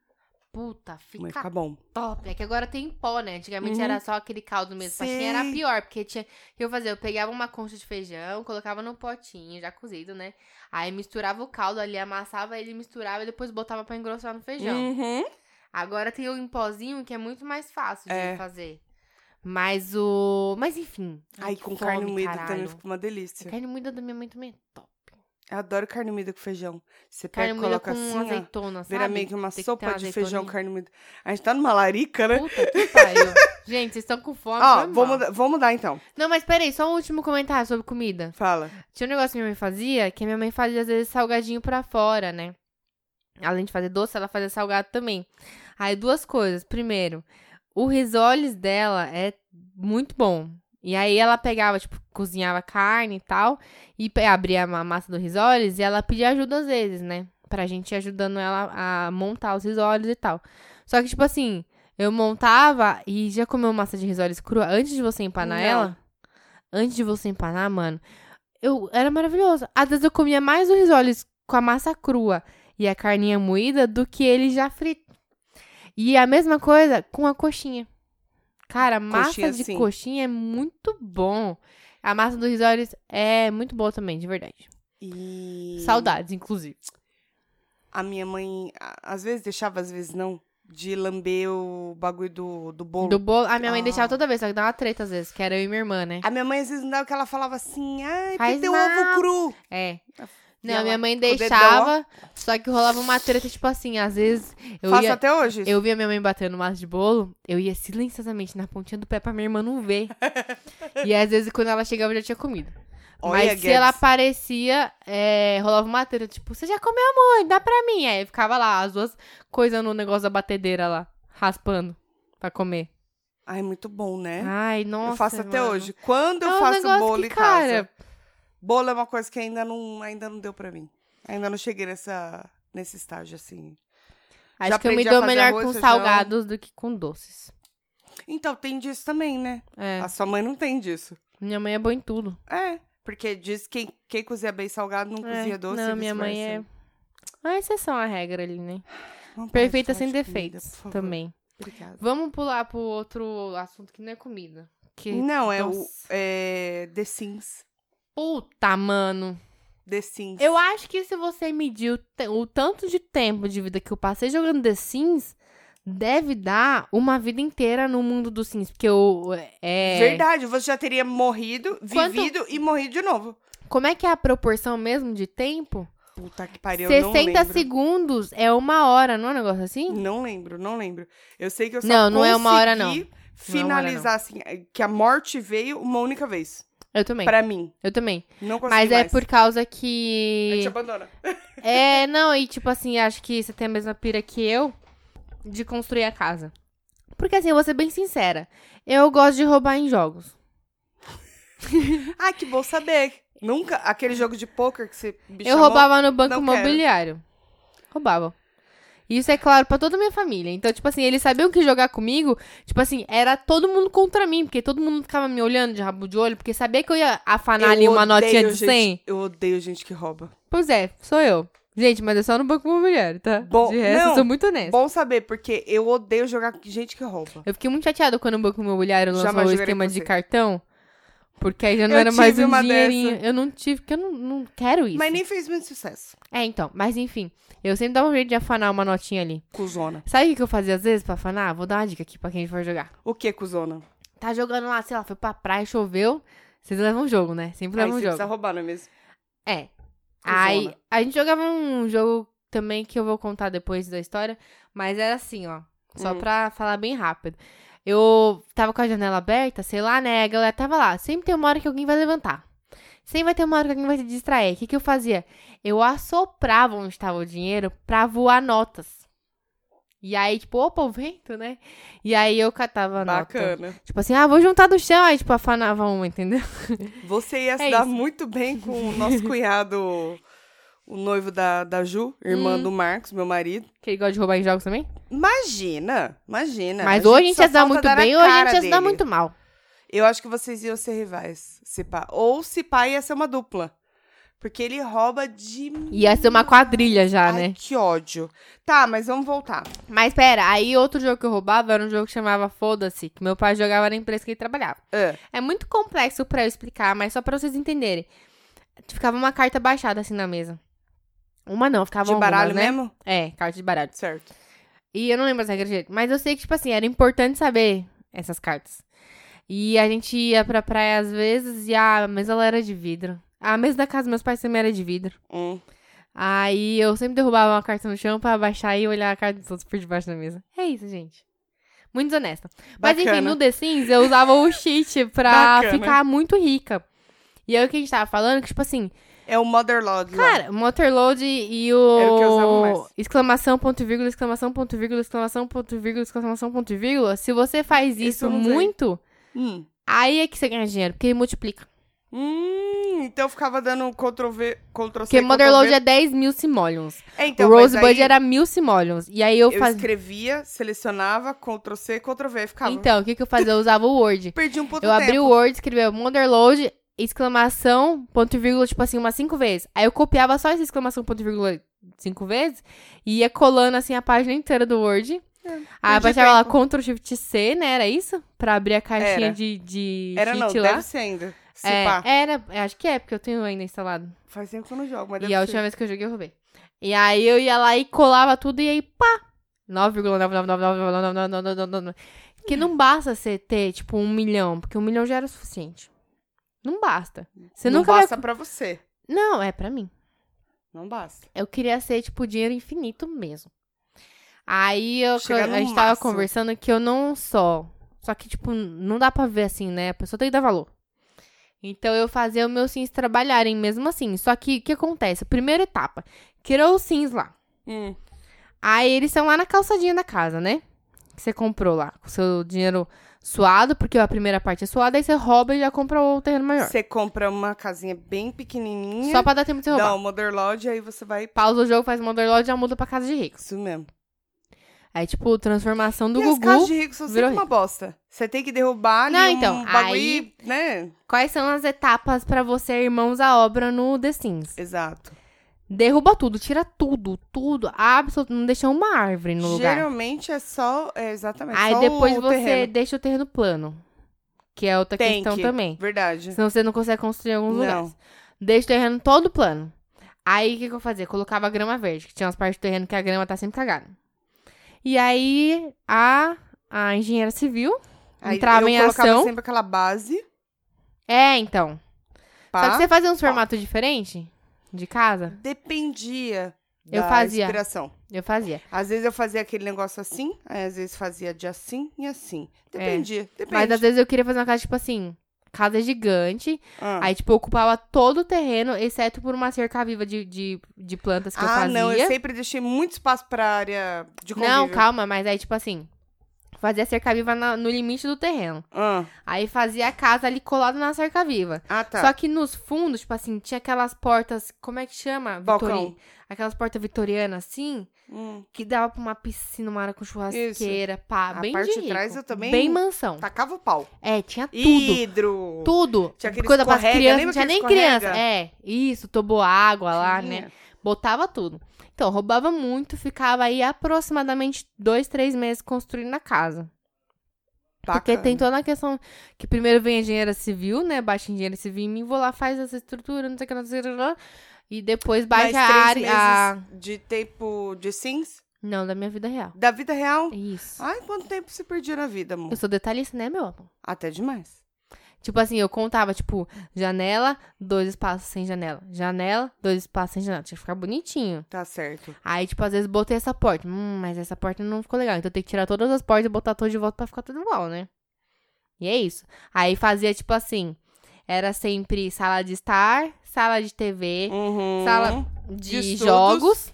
Puta, Mas fica fica bom. top. É que agora tem pó, né? Antigamente Uhum. era só aquele caldo mesmo. Pra quem era Sei. pior, porque tinha... O que eu fazia? Eu pegava uma concha de feijão, colocava no potinho, já cozido, né? Aí misturava o caldo ali, amassava ele, misturava e depois botava pra engrossar no feijão. Uhum. Agora tem o em pozinho, que é muito mais fácil de É. fazer. Mas o... Mas enfim. Ai, Aí que com fome, carne moída caralho. também fica uma A delícia. carne moída da minha mãe também é top. Eu adoro carne moída com feijão. Você Carne pega e moída coloca com assim, ó. azeitona, sabe? Vira meio que uma Tem ter sopa uma de feijão, azeitoninha. carne moída. A gente tá numa larica, né? Puta que pariu. Gente, vocês estão com fome. Ó, foi vou mal. mudar, vou mudar então. Não, mas peraí, só um último comentário sobre comida. Fala. Tinha um negócio que minha mãe fazia, que a minha mãe fazia às vezes salgadinho pra fora, né? Além de fazer doce, ela fazia salgado também. Aí duas coisas. Primeiro, o risoles dela é muito bom. E aí ela pegava, tipo, cozinhava carne e tal, e pe- abria a massa do risoles e ela pedia ajuda às vezes, né? Pra gente ir ajudando ela a montar os risoles e tal. Só que, tipo assim, eu montava e já comeu massa de risoles crua antes de você empanar Não. ela? Antes de você empanar, mano, eu, era maravilhoso. Às vezes eu comia mais o risoles com a massa crua e a carninha moída do que ele já frito. E a mesma coisa com a coxinha. Cara, massa Coxinha, de sim. coxinha é muito bom. A massa do risoles é muito boa também, de verdade. E... Saudades, inclusive. A minha mãe, a- às vezes deixava, às vezes não, de lamber o bagulho do, do bolo. Do bolo, a minha mãe Ah. deixava toda vez, só que dá uma treta às vezes, que era eu e minha irmã, né? A minha mãe, às vezes, não dava que ela falava assim, ai, Faz porque tem mal. ovo cru. É. E Não, ela, minha mãe com o dedão, deixava, só que rolava uma treta, tipo assim, às vezes eu Faço ia... até hoje isso. Eu via minha mãe batendo massa de bolo, eu ia silenciosamente na pontinha do pé pra minha irmã não ver. E às vezes, quando ela chegava, eu já tinha comido. Olha, Mas se ela Gabs. aparecia, é, rolava uma treta, tipo, você já comeu muito, dá pra mim. Aí ficava lá, as duas coisas no negócio da batedeira lá, raspando pra comer. Ai, muito bom, né? Ai, nossa, eu faço até mano. hoje. Quando eu É um faço negócio bolo que, em cara, casa. Bolo é uma coisa que ainda não, ainda não deu pra mim. Ainda não cheguei nessa, nesse estágio, assim. Acho Já que eu me aprendi a dou fazer melhor arroz, com feijão. salgados do que com doces. Então, tem disso também, né? É, A sua mãe não tem disso. minha mãe é boa em tudo. É. Porque diz que quem, quem cozinha bem salgado não É, cozinha doce. não, e minha mãe é vice-versa. uma exceção à regra ali, né? Vamos parar de Perfeita falar sem de comida, defeitos por favor. também. Obrigada. Vamos pular pro outro assunto que não é comida. Que, Não, é o nossa. é, The Sims. Puta, mano. The Sims. Eu acho que se você medir o, te- o tanto de tempo de vida que eu passei jogando The Sims, deve dar uma vida inteira no mundo dos Sims. Porque eu. É... Verdade, você já teria morrido, Quanto- vivido e morrido de novo. Como é que é a proporção mesmo de tempo? Puta que pariu, eu não sessenta lembro. segundos é uma hora, não é um negócio assim? Não lembro, não lembro. Eu sei que eu só Não, não é uma hora, não. consegui Não é uma hora, finalizar, assim, que a morte veio uma única vez. Eu também. Pra mim. Eu também. Não consegui Mas é mais. por causa Aí que. te abandona. É, não, e tipo assim, acho que você tem a mesma pira que eu de construir a casa. Porque assim, eu vou ser bem sincera. Eu gosto de roubar em jogos. Ah, que bom saber. Nunca, aquele jogo de poker que você me Eu chamou, roubava no banco não quero. imobiliário. Roubava. Isso é claro pra toda a minha família. Então, tipo assim, eles sabiam que jogar comigo, tipo assim, era todo mundo contra mim, porque todo mundo ficava me olhando de rabo de olho, porque sabia que eu ia afanar ali Eu uma odeio notinha de gente- cem. Eu odeio gente que rouba. Pois é, sou eu. Gente, mas é só no banco imobiliário, tá? Bom, de resto, não, eu sou muito honesta. Bom saber, porque eu odeio jogar com gente que rouba. Eu fiquei muito chateada quando o banco imobiliário lançou Jamais o jogarei esquema com de você. cartão. Porque aí já não Eu era mais tive um uma dinheirinho. dessa. Eu não tive, porque eu não, não quero isso. Mas nem fez muito sucesso. É, então. Mas enfim, eu sempre dava um jeito de afanar uma notinha ali. Cuzona. Sabe o que que eu fazia às vezes pra afanar? Vou dar uma dica aqui pra quem for jogar. O que, cuzona? Tá jogando lá, sei lá, foi pra praia, choveu. Vocês levam um jogo, né? Sempre Aí levam um você jogo. precisa roubar, não é mesmo? É. Cuzona. Aí, a gente jogava um jogo também que eu vou contar depois da história. Mas era assim, ó. Só Hum. pra falar bem rápido. Eu tava com a janela aberta, sei lá, né? A galera tava lá. Sempre tem uma hora que alguém vai levantar. Sempre vai ter uma hora que alguém vai se distrair. O que que eu fazia? Eu assoprava onde estava o dinheiro pra voar notas. E aí, tipo, opa, o vento, né? E aí eu catava a nota. Bacana. Tipo assim, ah, vou juntar do chão. Aí, tipo, afanava uma, entendeu? Você ia se É dar isso. muito bem com o nosso cunhado, o noivo da, da Ju, irmã Hum. do Marcos, meu marido. Que ele gosta de roubar em jogos também? Imagina, imagina. Mas ou a gente só ia se dar falta muito dar na bem, ou a cara gente ia se dar dele. muito mal. Eu acho que vocês iam ser rivais, se pá. Ou se pá ia ser uma dupla. Porque ele rouba de... Ia ser uma quadrilha já, Ai, né? que ódio. Tá, mas vamos voltar. Mas pera, aí outro jogo que eu roubava era um jogo que chamava Foda-se, que meu pai jogava na empresa que ele trabalhava. Ah, É muito complexo pra eu explicar, mas só pra vocês entenderem. Ficava uma carta baixada assim na mesa. Uma não, ficava de baralho algumas, né? mesmo? É, carta de baralho. Certo. E eu não lembro as regras direito, mas eu sei que, tipo assim, era importante saber essas cartas. E a gente ia pra praia às vezes e a mesa ela era de vidro. A mesa da casa dos meus pais também era de vidro. Hum. Aí eu sempre derrubava uma carta no chão pra abaixar e olhar a carta dos outros por debaixo da mesa. É isso, gente. Muito desonesta. Mas enfim, Bacana. no The Sims eu usava o cheat pra Bacana. ficar muito rica. E aí o que a gente tava falando, que tipo assim, É o Motherlode lá. cara, o Motorload e o... Era o que eu usava mais. Exclamação, ponto e vírgula, exclamação, ponto e vírgula, exclamação, ponto e vírgula, exclamação, ponto e vírgula. Se você faz Esse isso eu não sei. muito, Hum. aí é que você ganha dinheiro, porque ele multiplica. Hum, então eu ficava dando Ctrl V, Ctrl C, Porque Ctrl Motherload V. é dez mil simoleons. É, então, o mas Rosebud aí era mil simoleons. E aí eu, eu fazia... escrevia, selecionava, Ctrl C, Ctrl V, ficava. Então, o que que eu fazia? Eu usava o Word. Perdi um puto Eu tempo. abri o Word, escrevia Motherload, exclamação, ponto e vírgula, tipo assim, umas cinco vezes. Aí eu copiava só essa exclamação, ponto e vírgula, cinco vezes, e ia colando, assim, a página inteira do Word. É, Aí eu perdi baixava lá tempo. Ctrl Shift C, né? Era isso? Pra abrir a caixinha Era. de, de Era não, cheat lá. deve ser ainda. Se É, pá. era, acho que é, porque eu tenho ainda instalado. Faz tempo que eu não jogo, mas E deve a ser. última vez que eu joguei, eu roubei. E aí eu ia lá e colava tudo e aí, pá! nove vírgula nove nove nove nove nove nove nove nove nove. Que não basta você ter, tipo, um milhão, porque um milhão já era o suficiente. Não basta. Você não nunca basta vai... pra você. Não, é pra mim. Não basta. Eu queria ser, tipo, dinheiro infinito mesmo. Aí eu, Chegar no a gente tava máximo. conversando que eu não só... Só que, tipo, não dá pra ver assim, né? A pessoa tem que dar valor. Então, eu fazia os meus sims trabalharem mesmo assim. Só que, o que acontece? Primeira etapa. Criou os sims lá. Hum. Aí, eles estão lá na calçadinha da casa, né? Que você comprou lá. Com o seu dinheiro suado, porque a primeira parte é suada. Aí, você rouba e já compra o terreno maior. Você compra uma casinha bem pequenininha. Só pra dar tempo de você roubar. Dá o Motherlode, aí você vai... Pausa o jogo, faz Motherlode e já muda pra casa de rico. Isso mesmo. Aí, tipo, transformação do e as Gugu. casas de rico são virou sempre uma bosta. Você tem que derrubar Não, ali então, um bagulho, aí- né? Quais são as etapas pra você irmãos à obra no The Sims? Exato. Derruba tudo, tira tudo, tudo, absolutamente, não deixa uma árvore no lugar. Geralmente é só, é exatamente, Aí só depois o você terreno. deixa o terreno plano, que é outra Tem questão que, também. verdade. Senão você não consegue construir em alguns Não. lugares. Deixa o terreno todo plano. Aí, o que, que eu fazia? Colocava grama verde, que tinha umas partes do terreno que a grama tá sempre cagada. E aí, a, a engenheira civil Aí entrava eu em colocava ação. sempre aquela base, É, então. pá. Só que você fazia uns formatos diferentes de casa? Dependia Eu da fazia. inspiração. Eu fazia. Às vezes eu fazia aquele negócio assim, aí às vezes fazia de assim e assim. Dependia, depende. Mas às vezes eu queria fazer uma casa, tipo assim, casa gigante. Ah. Aí, tipo, eu ocupava todo o terreno, exceto por uma cerca-viva de, de, de plantas que eu ah, fazia. não, eu sempre deixei muito espaço pra área de convívio. Não, calma, mas aí, tipo assim, fazia cerca-viva na- no limite do terreno. Ah, Aí fazia a casa ali colada na cerca-viva. ah tá. Só que nos fundos, tipo assim, tinha aquelas portas, como é que chama? Balcão. Vitori- Aquelas portas vitorianas, assim, Hum. que dava pra uma piscina, uma área com churrasqueira, pá, A bem parte de de rico. trás eu também- Bem mansão. Tacava o pau. É, tinha tudo. Hidro. Tudo. Tinha aquele Coisa pra escorrega, criança, lembra não tinha nem aquele escorrega? criança. É, isso, tomou água lá, Tinha. né? Botava tudo. Então, roubava muito, ficava aí aproximadamente dois, três meses construindo a casa. Porque Bacana. tem toda a questão que primeiro vem a engenheira civil, né? Baixa a engenheira civil em mim, vou lá, faz essa estrutura, não sei o que, não sei o que, não sei o que. E depois Mais baixa a três área. a- meses de tempo de Sims? Não, da minha vida real. Da vida real? Isso. Ai, quanto tempo você perdia na vida, amor? Eu sou detalhista, né, meu amor? Até demais. Tipo assim, eu contava, tipo, janela, dois espaços sem janela. Janela, dois espaços sem janela. Tinha que ficar bonitinho. Tá certo. Aí, tipo, às vezes botei essa porta. Hum, mas essa porta não ficou legal. Então tem que tirar todas as portas e botar tudo de volta pra ficar tudo igual, né? E é isso. Aí fazia, tipo assim, era sempre sala de estar, sala de T V, Uhum. sala de, De estudos. jogos,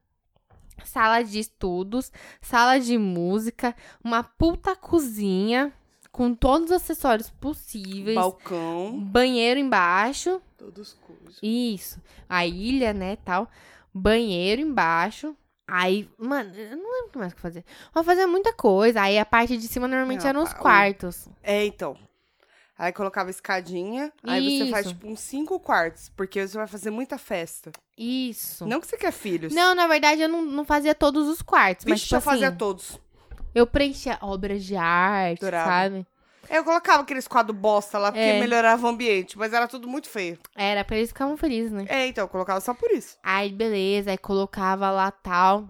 sala de estudos, sala de música, uma puta cozinha com todos os acessórios possíveis, Balcão. banheiro embaixo, Todos cujos. isso, a ilha, né, tal, banheiro embaixo. Aí, mano, eu não lembro o que mais que fazer. Vou fazer muita coisa. Aí a parte de cima normalmente Não, eram os pá, o- quartos. É, então. Aí colocava escadinha, aí você faz Isso. tipo uns cinco quartos, porque você vai fazer muita festa. Isso. Não que você quer filhos. Não, na verdade, eu não, não fazia todos os quartos. mas, Vixe, tipo eu fazia assim, todos. eu preenchia obras de arte, Adorava. sabe? Eu colocava aqueles quadros bosta lá, porque É. melhorava o ambiente, mas era tudo muito feio. Era pra eles ficavam felizes, né? É, então, eu colocava só por isso. Aí, beleza, aí colocava lá tal.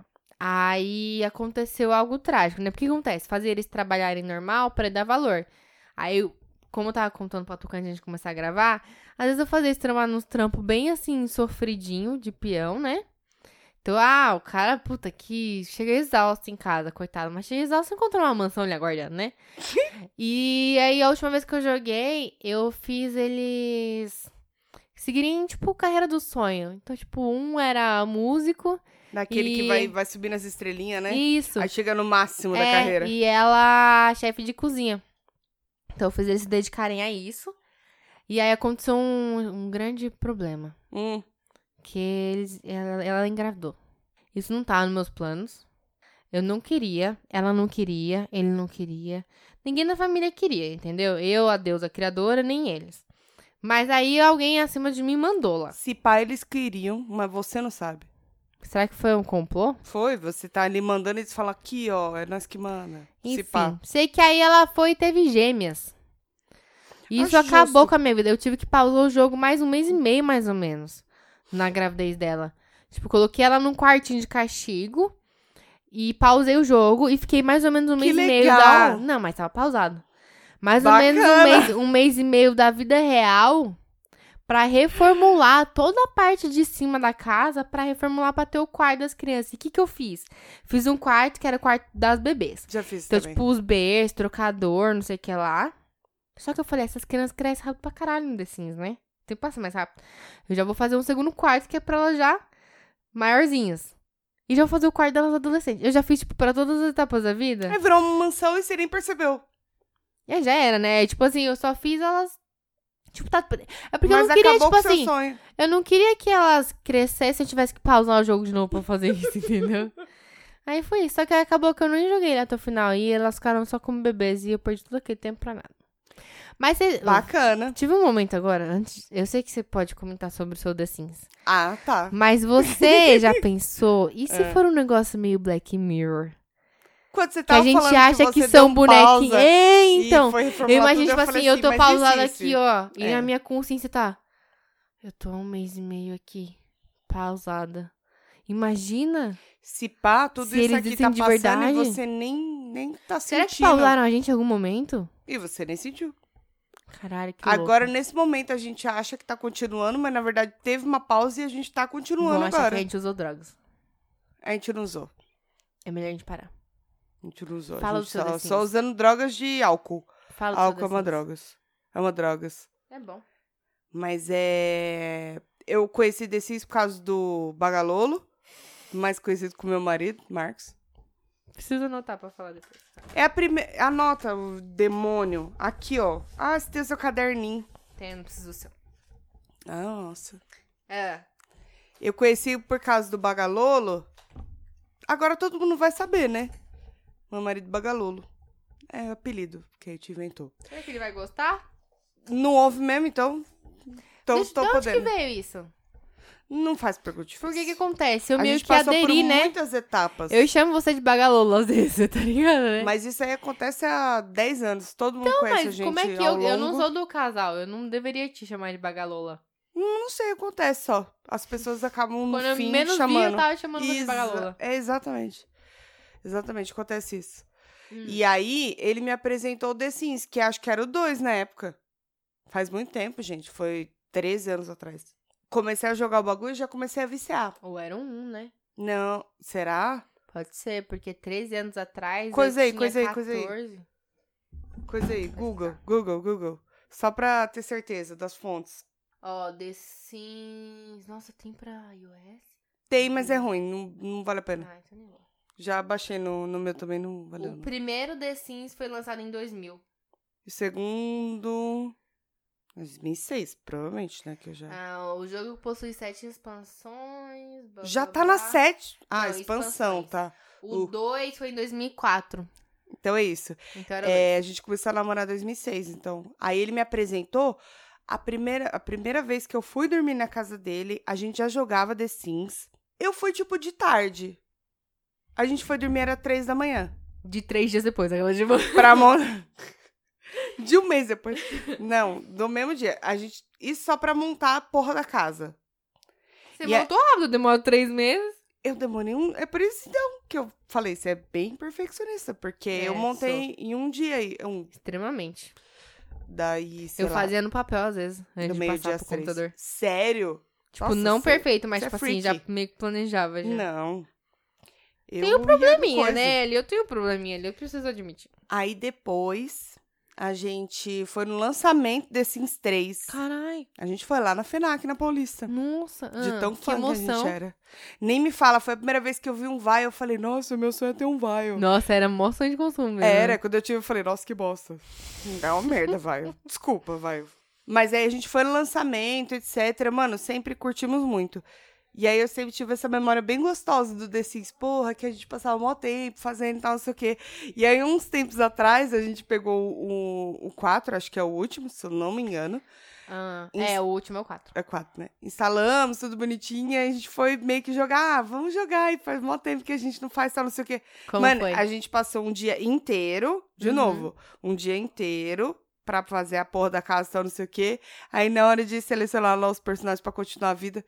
Aí aconteceu algo trágico, né? Porque o que acontece? Fazia eles trabalharem normal pra dar valor. Aí, eu- como eu tava contando pra Tucano, a gente começar a gravar, às vezes eu fazia esse trabalho nos trampos bem assim, sofridinho, de peão, né? Então, ah, o cara, puta, que chega exausto em casa, coitado. Mas chega exausto, encontrou uma mansão ali aguardando, né? E aí, a última vez que eu joguei, eu fiz eles seguirem, tipo, carreira do sonho. Então, tipo, um era músico. Daquele E- que vai, vai subir nas estrelinhas, né? Isso. Aí chega no máximo da É, carreira. e ela, chefe de cozinha. Então, eu fiz eles se dedicarem a isso. E aí, aconteceu um, um grande problema. Hum. Que eles, ela, ela engravidou. Isso não tava nos meus planos. Eu não queria, ela não queria, ele não queria. Ninguém da família queria, entendeu? Eu, a deusa criadora, nem eles. Mas aí alguém acima de mim mandou lá. Se pá, eles queriam, mas você não sabe. Será que foi um complô? Foi, você tá ali mandando e eles falam aqui, ó, é nós que manda. Se pá. Enfim, sei que aí ela foi e teve gêmeas. Isso Acho acabou justo. com a minha vida. Eu tive que pausar o jogo mais um mês e meio, mais ou menos, na gravidez dela. Tipo, coloquei ela num quartinho de castigo e pausei o jogo e fiquei mais ou menos um Que mês e meio legal. da... Não, mas tava pausado. Mais ou Bacana. menos um mês, um mês e meio da vida real pra reformular toda a parte de cima da casa, pra reformular pra ter o quarto das crianças. E o que que eu fiz? Fiz um quarto que era o quarto das bebês. Já fiz Então, também. tipo, os berços, trocador, não sei o que lá. Só que eu falei, essas crianças crescem rápido pra caralho no The Sims, né? Tem que passar mais rápido. Eu já vou fazer um segundo quarto que é pra elas já maiorzinhas. E já vou fazer o quarto delas adolescentes. Eu já fiz, tipo, pra todas as etapas da vida. Aí virou uma mansão e você nem percebeu. É, já era, né? Tipo assim, eu só fiz elas... Tipo, tá... É porque Mas eu não queria, acabou tipo com assim... seu sonho. Eu não queria que elas crescessem e eu tivesse que pausar o jogo de novo pra fazer isso, entendeu? Aí foi isso. Só que aí acabou que eu nem joguei ele até o final. E elas ficaram só como bebês e eu perdi todo aquele tempo pra nada. Mas você... Bacana. Tive um momento agora, antes... Eu sei que você pode comentar sobre o seu The Sims. Ah, tá. Mas você já pensou... E se É. for um negócio meio Black Mirror? Quando você Que tava a gente falando acha que, que você são deu um bonequinhos. pausa É, e então. foi Eu reformular imagino, tudo, tipo falei assim, eu tô mas e pausada se? aqui, ó. E É. na minha consciência tá... Eu tô há um mês e meio aqui. Pausada. Imagina. Se pá, tudo Se isso eles aqui dizem tá de passando verdade. e você nem, nem tá Será que sentindo. pausaram a gente em algum momento? E você nem sentiu. Caralho, que Agora, louco. nesse momento, a gente acha que tá continuando, mas na verdade teve uma pausa e a gente tá continuando Vão achar agora. que a gente usou drogas. A gente não usou. É melhor a gente parar. A gente não usou. Fala a do gente seu só, The Sims. só usando drogas de álcool. Fala do seu Álcool The é uma Sims. drogas. É uma drogas. É bom. Mas é... Eu conheci The Sims por causa do Bagalolo, mais conhecido como meu marido, Marcos. Preciso anotar pra falar depois. É a primeira... Anota o demônio. Aqui, ó. Ah, você tem o seu caderninho. Tem, não preciso do seu. Ah, nossa. É. Eu conheci por causa do Bagalolo. Agora todo mundo vai saber, né? Meu marido Bagalolo. É o apelido que a gente inventou. Será que ele vai gostar? Não ouve mesmo, então... Então Deixa, tô de onde podendo. que veio isso? Não faz pergunta difícil. Por que que acontece? Eu a meio gente que passou aderi, por né? muitas etapas. Eu chamo você de bagalolo às vezes, tá ligado, né? Mas isso aí acontece há dez anos. Todo mundo conhece a Mas gente como é que ao eu... Eu não longo. sou do casal, eu não deveria te chamar de bagalola. Não sei, acontece só. As pessoas acabam no Quando eu fim menos chamando. vi, eu tava chamando você de Exa- bagalola. É, exatamente. Exatamente, acontece isso. Hum. E aí, ele me apresentou o The Sims, que acho que era o dois na época. Faz muito tempo, gente. Foi treze anos atrás. Comecei a jogar o bagulho e já comecei a viciar. Ou era um um, né? Não, será? Pode ser, porque treze anos atrás Coisa eu aí, tinha coisa aí, coisa aí. catorze. Coisa aí, Google, Google, Google. Só pra ter certeza das fontes. Ó, The Sims... Nossa, tem pra iOS? Tem, mas é ruim, não, não vale a pena. Ah, então nem vou. Já baixei no, no meu também, não valeu. O não. primeiro The Sims foi lançado em dois mil. O segundo... dois mil e seis, provavelmente, né? Que eu já... Ah, o jogo possui sete expansões. blá, já blá, tá na blá. sete. Ah, Não, expansão, expansões. tá. O Uh. dois foi em dois mil e quatro. Então é isso. Então era É, a gente começou a namorar em dois mil e seis, então. Aí ele me apresentou. A primeira, a primeira vez que eu fui dormir na casa dele, a gente já jogava The Sims. Eu fui, tipo, de tarde. A gente foi dormir, era três da manhã. dois. De três dias depois, aquela de Pra mon... De um mês depois. Não, do mesmo dia. A gente... Isso só pra montar a porra da casa. Você E é- voltou rápido, demora três meses. Eu demorei um... É por isso, então, que eu falei. Você é bem perfeccionista. Porque É, eu montei em um dia. aí, Um... Extremamente. Daí, sei Eu lá, fazia no papel, às vezes, antes no de meio passar dia pro três. computador. Sério? Tipo, Nossa, não cê- perfeito, mas cê é tipo assim, já freak. meio que planejava já. Não. Eu Tem um ia no probleminha, coisa. né? Ali eu tenho um probleminha ali, eu preciso admitir. Aí depois, a gente foi no lançamento The Sims três. Carai, A gente foi lá na FENAC, na Paulista. nossa. De ah, tão que fã que a emoção. gente era. Nem me fala, foi a primeira vez que eu vi um Vaio, eu falei, nossa, meu sonho é ter um Vaio. Nossa, era mó sonho de consumo mesmo. Era, quando eu tive, eu falei, nossa, que bosta. É uma merda, Vaio. Desculpa, Vaio. Mas aí a gente foi no lançamento, etcétera. Mano, sempre curtimos muito. E aí eu sempre tive essa memória bem gostosa do The Sims. Porra, que a gente passava mó tempo fazendo e tal, não sei o quê. E aí, uns tempos atrás, a gente pegou o, o quatro, acho que é o último, se eu não me engano. Ah, Ins- é, o último é o quatro. É quatro, né? Instalamos, tudo bonitinho, e aí a gente foi meio que jogar. Ah, vamos jogar, e faz mó tempo que a gente não faz tal, não sei o quê. Como Mano, foi? a gente passou um dia inteiro, de Uhum. novo, um dia inteiro pra fazer a porra da casa, tal, não sei o quê. Aí, na hora de selecionar lá os personagens pra continuar a vida...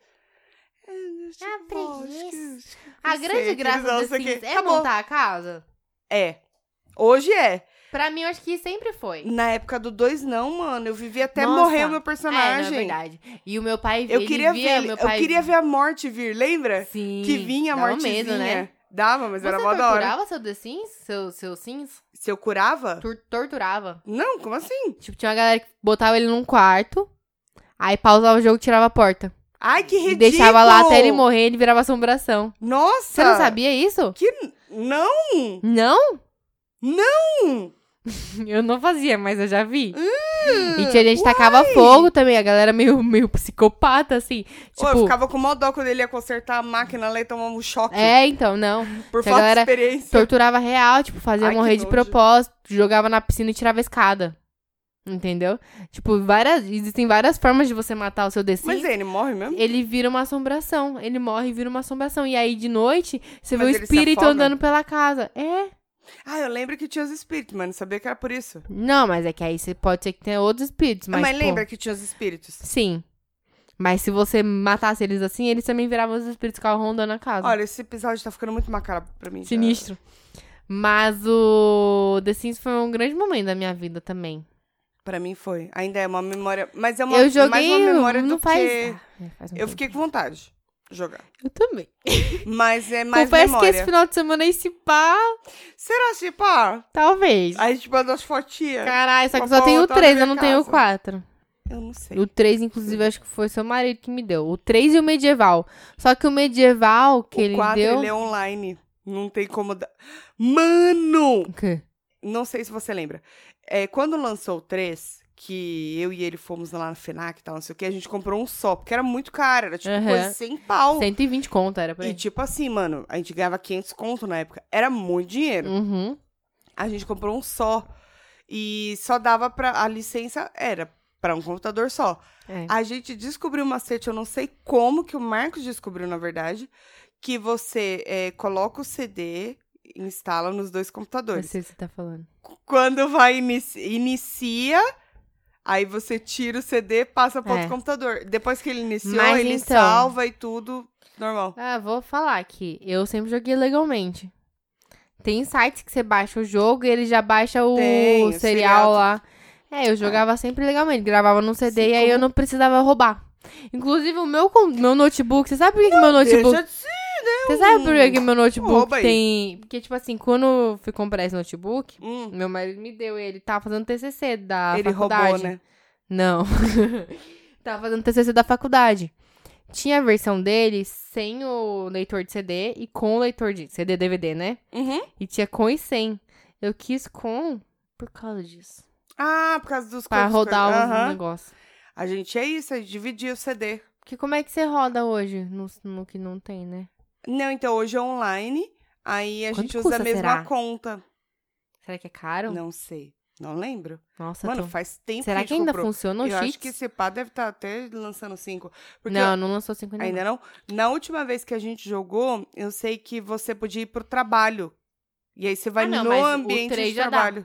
Ah, Bom, preguiça. acho que- A não grande sei, graça não do sei o The Sims quê. é Acabou. montar a casa? É. Hoje é. Pra mim, eu acho que sempre foi. Na época do dois, não, mano. Eu vivi até Nossa. morrer o meu É, personagem. não, é verdade. E o meu pai Eu ele queria via, ver, ele- meu pai... eu queria ver a morte vir, lembra? Sim, Que vinha a dava mortezinha. medo, né? Dava, mas Você era mó da hora. torturava seu The Sims? Seu, seu Sims? Se eu curava? Tor- torturava. Não, como assim? Tipo, tinha uma galera que botava ele num quarto, aí pausava o jogo e tirava a porta. Ai, que ridículo! E deixava lá até ele morrer, ele virava assombração. Nossa! Você não sabia isso? Que... Não! Não? Não! Eu não fazia, mas eu já vi. E tinha gente que tacava fogo também, a galera meio, meio psicopata, assim. Tipo, Ô, eu ficava com mó dó quando ele ia consertar a máquina lá e tomava um choque. É, então, não. Por Que a falta de galera experiência. torturava real, tipo, fazia Ai, que morrer de nojo. propósito, jogava na piscina e tirava a escada. Entendeu? Tipo, várias, existem várias formas de você matar o seu The Sims. Mas ele morre mesmo? Ele vira uma assombração. Ele morre e vira uma assombração. E aí, de noite, você Mas vê o ele se espírito afoga? andando pela casa. É. Ah, eu lembro que tinha os espíritos, mas não sabia que era por isso. Não, mas é que aí você pode ser que tenha outros espíritos. Mas, Mas, mas pô, lembra que tinha os espíritos? Sim. Mas se você matasse eles assim, eles também viravam os espíritos que ficavam rondando a casa. Olha, esse episódio tá ficando muito macabro pra mim. já. Sinistro. Mas o The Sims foi um grande momento da minha vida também. Pra mim foi. Ainda é uma memória. Mas é uma, Eu joguei, mais uma memória não do faz... que. Ah, é, faz um Eu tempo. fiquei com vontade de jogar. Eu também. Mas é mais Confesso memória. que esse final de semana esse pá, Será, tipo, ah, talvez. a gente manda as fotinhas? Caralho, só que Pra só tem o botar na três, minha eu não tenho o casa. quatro. Eu não sei. O três, inclusive, acho que foi seu marido que me deu. O três e o medieval. Só que o medieval que o ele quatro, deu... ele é online. Não tem como dar. Mano! O quê? Não sei se você lembra. É, quando lançou o três, que eu e ele fomos lá na FENAC e tal, não sei o que, a gente comprou um só, porque era muito caro. Era tipo Aham. coisa sem pau. cento e vinte conto era pra E ele. tipo assim, mano, a gente ganhava quinhentos conto na época. Era muito dinheiro. Uhum. A gente comprou um só. E só dava pra... A licença era pra um computador só. É. A gente descobriu um macete, eu não sei como que o Marcos descobriu, na verdade, que você é, coloca o C D, instala nos dois Não computadores. sei o que você tá falando. Quando vai inici- inicia, aí você tira o C D, passa para É. outro computador. Depois que ele iniciou, Mas ele então- salva e tudo normal. Ah, vou falar aqui. Eu sempre joguei legalmente. Tem sites que você baixa o jogo e ele já baixa o Tem, o serial serial, lá. É, eu jogava sempre legalmente. Gravava no C D Sim, e aí como- eu não precisava roubar. Inclusive, o meu, com- meu notebook... Você sabe por que, que meu notebook... Deixa de ser, né? Você sabe por que, que meu notebook Rouba aí. tem... Porque, tipo assim, quando eu fui comprar esse notebook, Hum, meu marido me deu ele. Tava fazendo T C C da ele faculdade. roubou, né? Não. Tava fazendo T C C da faculdade. Tinha a versão dele sem o leitor de C D e com o leitor de C D D V D, né? Uhum. E tinha com e sem. Eu quis com por causa disso. Ah, por causa dos Pra coisas- rodar os Aham. negócios. A gente é isso, a gente dividia o C D. Porque como é que você roda hoje no, no que não tem, né? Não, então hoje é online, aí a Quanto gente usa custa, a mesma será? conta. Será que é caro? Não sei, não lembro. Nossa, Mano, tô... faz tempo será que que a gente ainda comprou. funciona o Eu cheats? acho que esse pá deve estar até lançando cinco. Porque Não, não lançou cinco ainda. ainda não. Na última vez que a gente jogou, eu sei que você podia ir pro trabalho. E aí você vai Ah, não, no mas o ambiente três de já dá. trabalho.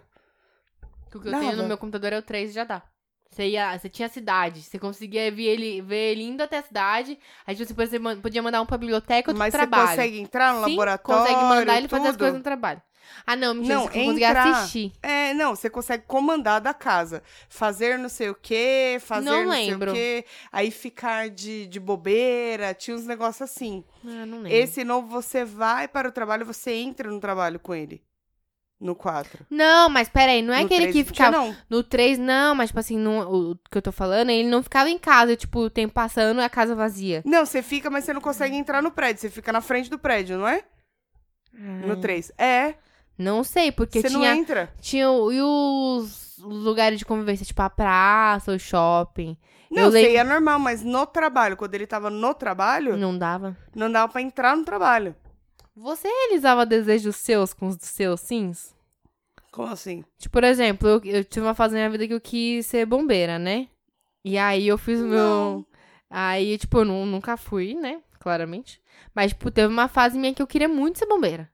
O que eu Dava. tenho no meu computador é o três já dá. Você, ia, você tinha a cidade, você conseguia ver ele, ver ele indo até a cidade, aí você podia man- podia mandar um pra biblioteca, outro Mas pro você trabalho. consegue entrar no Sim, laboratório, consegue mandar ele fazer as tudo? coisas no trabalho. Ah, não, mentira, Não, você conseguia entrar. assistir. É, não, você consegue comandar da casa. Fazer não sei o quê, fazer Não não, lembro. sei o quê. Aí ficar de, de bobeira, tinha uns negócios assim. Ah, não lembro. Esse novo, você vai para o trabalho, você entra no trabalho com ele. No quatro. Não, mas peraí, não é no aquele três que não tinha, ficava... não. No três, não, mas tipo assim, no, o que eu tô falando, ele não ficava em casa, tipo, o tempo passando e a casa vazia. Não, você fica, mas você não consegue entrar no prédio. Você fica na frente do prédio, não é? No Ai, três. É, Não sei, porque você não tinha... entra. Tinha o- e os lugares de convivência, tipo a praça, o shopping. Não, eu você lembro- ia normal, mas no trabalho, quando ele tava no trabalho, Não dava. não dava pra entrar no trabalho. Você realizava desejos seus com os seus sims? Como assim? Tipo, por exemplo, eu, eu tive uma fase na minha vida que eu quis ser bombeira, né? E aí eu fiz o meu... Não. Aí, tipo, eu nu- nunca fui, né? Claramente. Mas, tipo, teve uma fase minha que eu queria muito ser bombeira.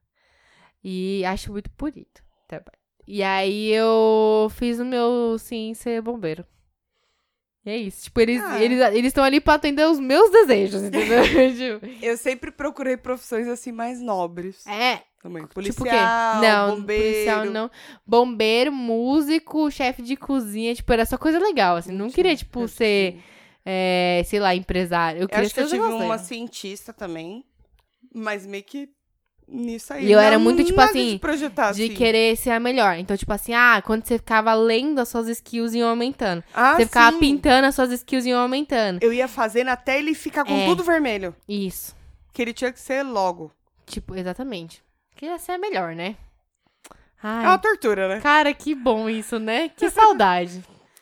E acho muito bonito. Tá bom. E aí eu fiz o meu sim ser bombeiro. E é isso. Tipo, eles Ah. eles eles estão ali pra atender os meus desejos, entendeu? Tipo, Eu sempre procurei profissões assim mais nobres. é, Também. tipo o Policial, quê? Não, bombeiro. policial não. Bombeiro, músico, chefe de cozinha, tipo, era só coisa legal, assim. Não queria, tipo, ser, é, sei lá, empresário. Eu Eu queria acho que eu ser tive os uma negócios. cientista também, mas meio que nisso aí. E eu era Não- muito, tipo nada assim, de projetar, De assim. querer ser a melhor. Então, tipo assim, ah, quando você ficava lendo, as suas skills iam aumentando. Ah, Você ficava sim. pintando, as suas skills iam aumentando. Eu ia fazendo até ele ficar com É. tudo vermelho. Isso. Que ele tinha que ser logo. Tipo, exatamente. Queria ser a melhor, né? Ai, É uma tortura, né? cara, que bom isso, né? Que saudade.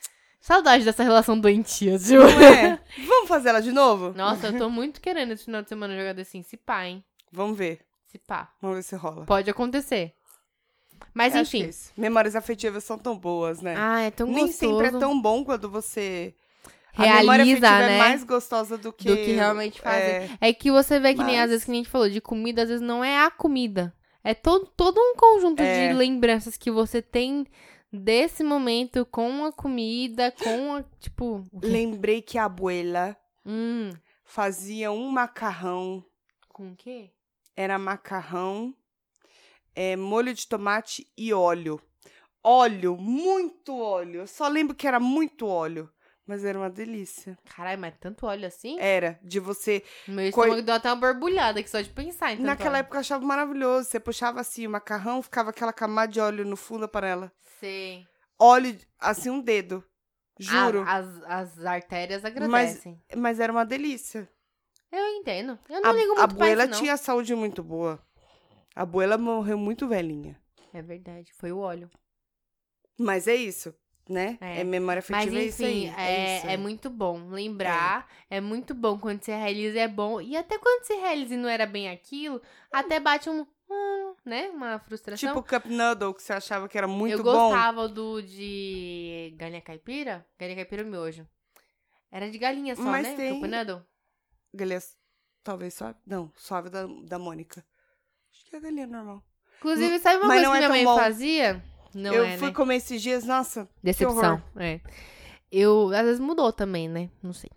Saudade dessa relação doentia, tipo. Não é? Vamos fazer ela de novo? Nossa, eu tô muito querendo esse final de semana jogar The Sims. Se pá, hein? Vamos ver. Se pá. Vamos ver se rola. Pode acontecer. Mas Eu acho que enfim. é isso. Memórias afetivas são tão boas, né? Ah, é tão Nem gostoso. sempre é tão bom quando você... Realiza, a memória afetiva né? é mais gostosa do que... Do que realmente fazer. É, É que você vê que nem Mas- às vezes que nem a gente falou, de comida, às vezes não é a comida. É todo, todo um conjunto É. de lembranças que você tem desse momento com a comida, com a, tipo... o quê? lembrei que a abuela Hum, fazia um macarrão. com o quê? Era macarrão, é, molho de tomate e óleo. Óleo, muito óleo. Eu só lembro que era muito óleo. Mas era uma delícia. Caralho, mas tanto óleo assim? Era, de você... Meu coi- estômago deu até uma borbulhada aqui só de pensar em tanto Naquela óleo. época eu achava maravilhoso. Você puxava assim o macarrão, ficava aquela camada de óleo no fundo da panela. Sei. Óleo, assim, um dedo. Juro. A- as, as artérias Mas, agradecem. mas era uma delícia. Eu entendo. Eu não A, ligo a muito pra abuela isso, não. tinha saúde muito boa. A abuela morreu muito velhinha. É verdade, foi o óleo. Mas é isso, né? É. É, memória Mas afetiva, é isso enfim, aí. é, isso é aí. muito bom lembrar. É. muito bom quando você realiza, é bom. E até quando você realiza e não era bem aquilo, até bate um, hum, né? Uma frustração. Tipo o Cup Noodle, que você achava que era muito Eu bom. gostava do de galinha caipira. Galinha caipira miojo. Era de galinha só, Mas né? tem- Cup Noodle. Galinha, talvez suave? Não, suave da, da Mônica. Acho que é galinha normal. Inclusive, sabe uma Mas coisa não que é minha tão mãe bom. fazia? Não eu é, fui né? comer esses dias, nossa, Decepção, que horror. é. Eu, às vezes mudou também, né? Não sei.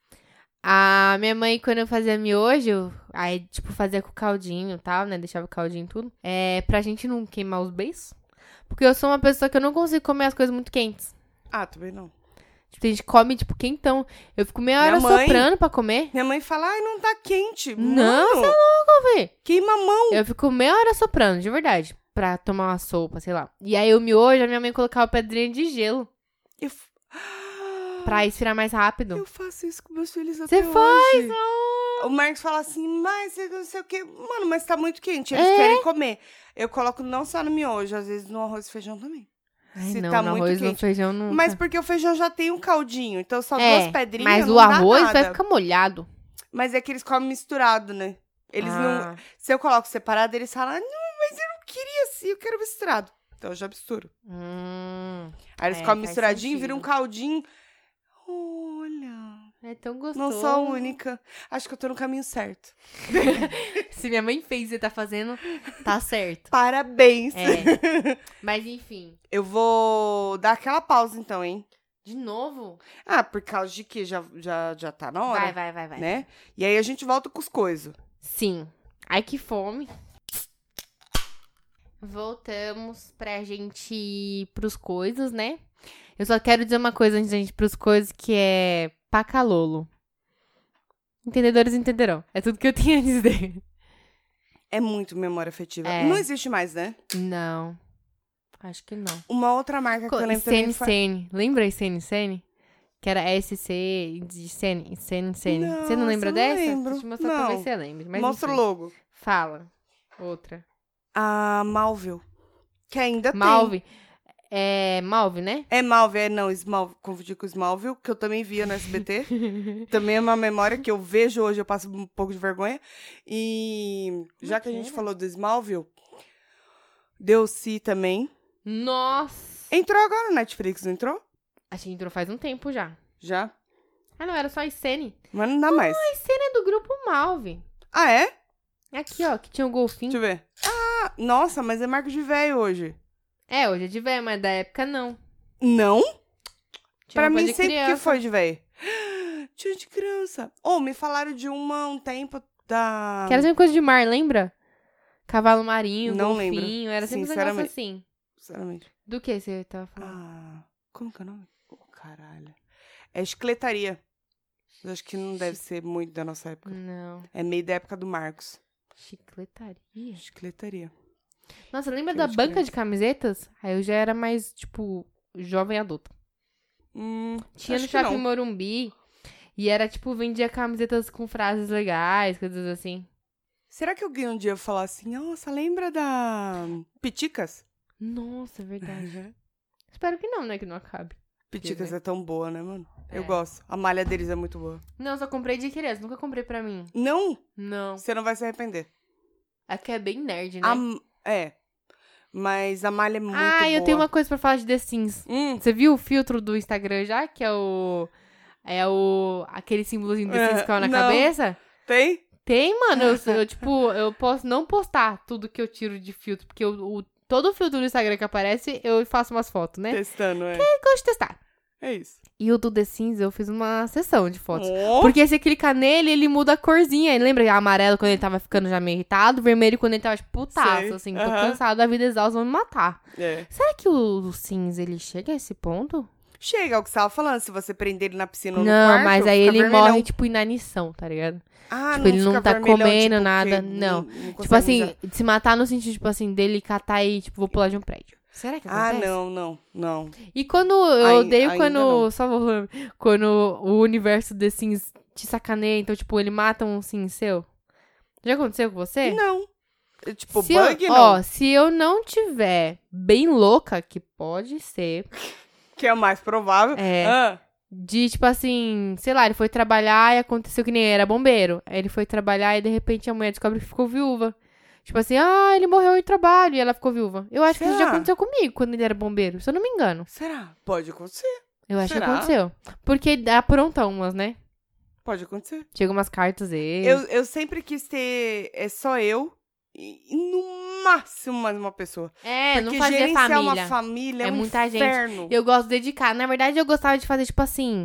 A minha mãe, quando eu fazia miojo, aí, tipo, fazia com caldinho e tal, né? Deixava o caldinho e tudo. É, pra gente não queimar os beiços. Porque eu sou uma pessoa que eu não consigo comer as coisas muito quentes. Ah, também não. Tipo, a gente come, tipo, quentão. Eu fico meia Minha hora mãe- soprando pra comer. Minha mãe fala, ai, não tá quente. Não, Mano, Vamos ver. queima a mão. Eu fico meia hora soprando, de verdade. Pra tomar uma sopa, sei lá. E aí o miojo, a minha mãe colocava pedrinha de gelo. Eu, f- Pra esfriar mais rápido. eu faço isso com meus filhos Você até faz? hoje. O Marcos fala assim, mas eu não sei o quê. Mano, mas tá muito quente, eles É? querem comer. Eu coloco não só no miojo, às vezes no arroz e feijão também. Ai, Se não, tá no muito arroz e no quente. feijão não. Mas porque o feijão já tem um caldinho, então só É, duas pedrinhas mas não o dá arroz nada. vai ficar molhado. Mas é que eles comem misturado, né? Eles não... Ah, Se eu coloco separado, eles falam, "Ah, não, mas eu não queria assim, eu quero misturado. Então eu já misturo. Hum, Aí eles É, comem faz misturadinho, sentido. vira um caldinho. Olha, é tão gostoso. não sou a única. Acho que eu tô no caminho certo. Se minha mãe fez e tá fazendo, tá certo. Parabéns! É. Mas enfim. Eu vou dar aquela pausa então, hein? De novo? Ah, por causa de que já, já, já tá na hora, Vai, vai, vai, vai. né? E aí a gente volta com os coisas. Sim. Ai, que fome. Voltamos pra gente ir pros coisas, né? Eu só quero dizer uma coisa antes da gente ir pros coisas, que é pacalolo. Entendedores entenderão. É tudo que eu tinha a dizer. É muito memória afetiva. É. Não existe mais, né? Não. Acho que não. Uma outra marca que eu lembro também Sene foi... Sene. Lembra a Sene Sene? Que era S C de Sene Sene Sene. Você não Nossa, lembra eu não dessa? lembro. Deixa eu te mostrar Não. pra ver se você lembra. Mas Mostra o enfim. logo. Fala. Outra. A Malville. Que ainda Malve. É Malve, né? tem. É Malville, é não, Small, confundi com Smallville, que eu também via no S B T. Também é uma memória que eu vejo hoje, eu passo um pouco de vergonha. E já que a gente Bacana. falou do Smallville, Delcy também. Nossa. Entrou agora no Netflix, não entrou? Acho que entrou faz um tempo já. Já? Ah, não, era só a Sene. Mas não dá mais. A Sene é do grupo Malve. Ah, é? Aqui, ó, que tinha o golfinho. Deixa eu ver. Ah, nossa, mas é marca de velho hoje. É, hoje é de velho, mas da época não. Não? Tinha Pra roupa mim de sempre que criança. foi de velho. Tinha de criança. Ou me falaram de uma um tempo da... Que era sempre coisa de mar, lembra? Cavalo marinho, Não golfinho. lembro. Era sempre um negócio Sinceramente. assim. Sinceramente. Do que você tava falando? Ah, como que é o nome? Oh, caralho. É esqueletaria. Eu acho que não deve ser muito da nossa época. Não. É meio da época do Marcos. Chicletaria? Esqueletaria. Nossa, lembra Que da era de banca criança. de camisetas? Aí eu já era mais, tipo, jovem adulta. Hum, Tinha acho no que Shopping não. Morumbi. E era, tipo, vendia camisetas com frases legais, coisas assim. Será que alguém um dia falar assim, nossa, lembra da Piticas? Nossa, é verdade. Espero que não, né? Que não acabe. Piticas é tão boa, né, mano? Eu É. gosto. A malha deles é muito boa. Não, só comprei de criança, nunca comprei pra mim. Não, Não. você não vai se arrepender. É que é bem nerd, né? A- É. Mas a malha é muito boa. ah, eu tenho uma coisa pra falar de The Sims. Hum, Você viu o filtro do Instagram já? Que é o... É o... Aquele símbolozinho do The Sims É, que caiu na não. cabeça? tem? Tem, mano. Eu, eu, tipo, eu posso não postar tudo que eu tiro de filtro. Porque o, o- todo filtro do Instagram que aparece, eu faço umas fotos, né? Testando, é. Eu gosto de testar. É isso. E o do The Sims, eu fiz uma sessão de fotos. Oh, Porque você clica nele, ele muda a corzinha. Lembra? Amarelo quando ele tava ficando já meio irritado. Vermelho quando ele tava, tipo, putaço, Sei, assim. Tô aham. cansado da vida exausta, vão me matar. é. Será que o, o Sims, ele chega a esse ponto? Chega, é o que você tava falando. Se você prender ele na piscina ou no Não, quarto, mas aí fica ele vermelhão. morre, tipo, inanição, tá ligado? Ah, tipo, ele não fica tá vermelhão, comendo tipo, nada, porque não. não Tipo consegue assim, mijar. de se matar no sentido, tipo assim, dele catar e, tipo, vou pular de um prédio. Será que Ah, acontece? não, não, não. E quando, eu Ai- odeio ainda quando, não. só vou, quando o universo The Sims te sacaneia, então, tipo, ele mata um Sims seu. Já aconteceu com você? Não. É, Tipo, se bug eu, não. Ó, se eu não tiver bem louca, que pode ser, Que é o mais provável. É. Ah, de, tipo assim, sei lá, ele foi trabalhar e aconteceu que nem ele era bombeiro. Aí ele foi trabalhar e, de repente, a mulher descobre que ficou viúva. Tipo assim, ah, ele morreu em trabalho e ela ficou viúva. Eu acho que isso já Será? aconteceu comigo quando ele era bombeiro, se eu não me engano. será? Pode acontecer. Eu acho Será? que aconteceu. Porque apronta umas, né? Pode acontecer. Chega umas cartas dele. Eu, eu sempre quis ter... É só eu e, e no máximo mais uma pessoa. É, Porque não fazia gerenciar família. uma família é, É um muita gente. inferno. Eu gosto de dedicar. Na verdade, eu gostava de fazer, tipo assim...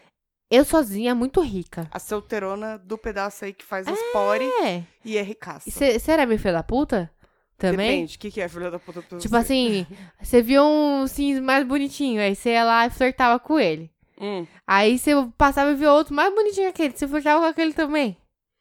Eu sozinha, muito rica. A solteirona do pedaço aí que faz os pore É. e é ricaça. Você era meio filho da puta? Também? Depende. O que, que é filha da puta pra Tipo você? assim, você viu um Sims mais bonitinho, aí você ia lá e flertava com ele. Hum. Aí você passava e viu outro mais bonitinho que aquele, você flertava com aquele também.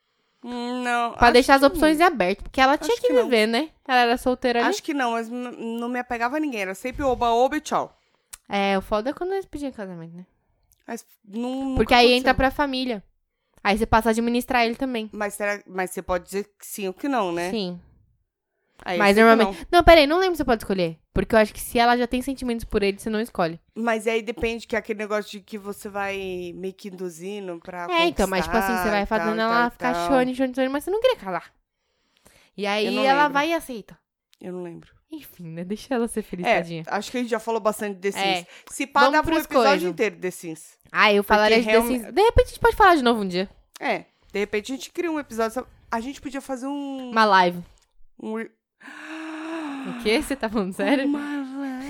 Hum, Não. Pra acho deixar as que- opções em aberto, porque ela tinha Acho que, que não. viver, né? Ela era solteira ali. Acho que não, mas n- não me apegava a ninguém. Era sempre oba-oba e tchau. É, o foda é quando eles pediam casamento, né? Mas não. Porque aí entra pra família. Aí você passa a administrar ele também. Mas, será... mas você pode dizer que sim ou que não, né? Sim. Aí eu Mas sei que normalmente... Não. peraí, não lembro se você pode escolher. Porque eu acho que se ela já tem sentimentos por ele, você não escolhe. não. Mas aí depende que é aquele negócio de que você vai meio que induzindo pra. É, então, mas tipo assim, você vai conquistar e fazendo tal, e ela tal, ficar e tal. chone, chone, chone, mas você não queria casar. E aí Eu não ela lembro. vai e aceita. Eu não lembro. Enfim, né? Deixa ela ser feliz, É, tadinha. acho que a gente já falou bastante de The Sims. É. Se pá, Vamos dá pro pros episódio coisas. inteiro de The Sims. Ah, eu falaria de Porque The realme- Sims. De repente a gente pode falar de novo um dia. É, de repente a gente cria um episódio. só- A gente podia fazer um. Uma live. um... re- O quê? Você tá falando sério? Uma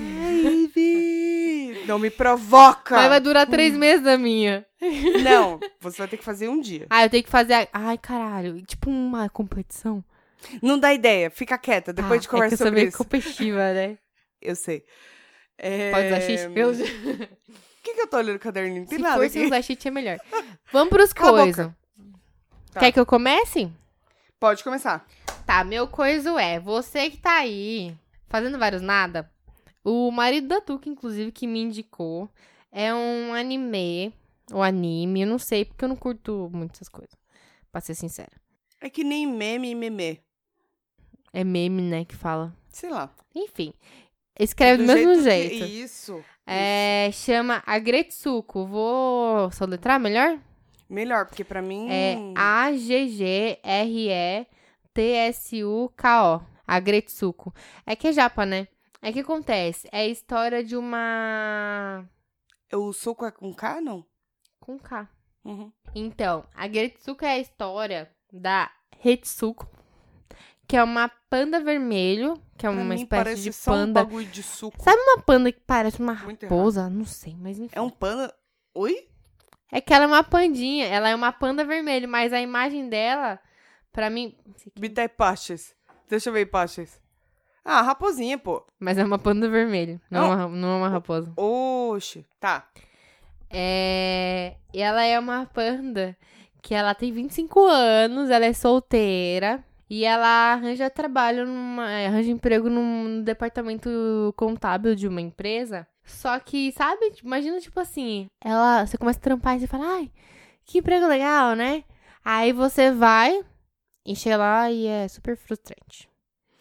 live! Não me provoca! Mas vai durar três meses da minha. Não, você vai ter que fazer um dia. Ah, eu tenho que fazer... a- Ai, caralho. Tipo uma competição. Não dá ideia, fica quieta, depois a gente Ah, conversa é que eu sou sobre meio isso. competitiva, né? Eu sei. É... Pode usar cheat? Eu... Se O que, que eu tô olhando no caderninho? Não tem nada for aqui. sem usar cheat é melhor. Vamos pros Cala a coisas. Tá. Quer que eu comece? Pode começar. Tá, meu coiso é, você que tá aí fazendo vários nada, o marido da Tuca, inclusive, que me indicou, é um anime, ou anime, eu não sei, porque eu não curto muito essas coisas, pra ser sincera. É que nem meme e meme. É meme, né, que fala. Sei lá. Enfim, escreve do, mesmo que- jeito. Isso. É, chama Agretsuko, vou soletrar melhor? Melhor, porque pra mim... É A G G R E T S U K O. Agretsuko. É que é japa, né? É que acontece. É a história de uma... O suco é com K, não? Com K. Uhum. Então, a Agretsuko é a história da Hetsuko, que é uma panda vermelho, que é Pra uma mim espécie parece de só um panda. bagulho de suco. Sabe uma panda que parece uma Muito raposa? Não sei, mas enfim. É um panda... Oi? É que ela é uma pandinha. Ela é uma panda vermelho, mas a imagem dela, pra mim... Bita Paches. Deixa eu ver Paches. Ah, raposinha, pô. Mas é uma panda vermelho, não, Não. Uma, não é uma raposa. Oxe. Tá. É... e ela é uma panda que ela tem vinte e cinco anos, ela é solteira e ela arranja trabalho, numa, é, arranja emprego num departamento contábil de uma empresa. Só que, sabe, imagina tipo assim, ela, você começa a trampar e você fala, ai, que emprego legal, né? Aí você vai e chega lá e é super frustrante.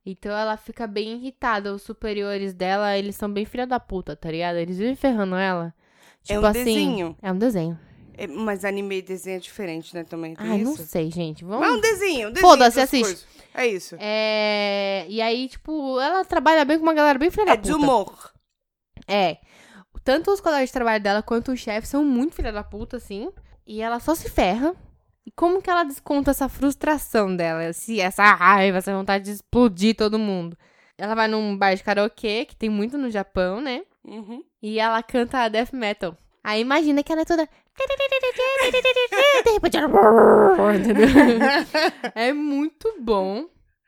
Então ela fica bem irritada. Os superiores dela, eles são bem filha da puta, tá ligado? Eles vivem ferrando ela. Tipo é um assim, desenho. É um desenho. É, mas anime e desenho é diferente, né, também. Tem Ai, isso? não sei, gente. Vamos... Mas é um desenho, um desenho. Foda-se, essas assiste. coisas. É isso. É... E aí, tipo, ela trabalha bem com uma galera bem filha da É puta. de humor. É. Tanto os colegas de trabalho dela quanto o chefe são muito filha da puta, assim. E ela só se ferra. E como que ela desconta essa frustração dela? Esse, essa raiva, essa vontade de explodir todo mundo? Ela vai num bar de karaokê, que tem muito no Japão, né? Uhum. E ela canta death metal. Aí imagina que ela é toda... De repente ela... Entendeu? É muito bom.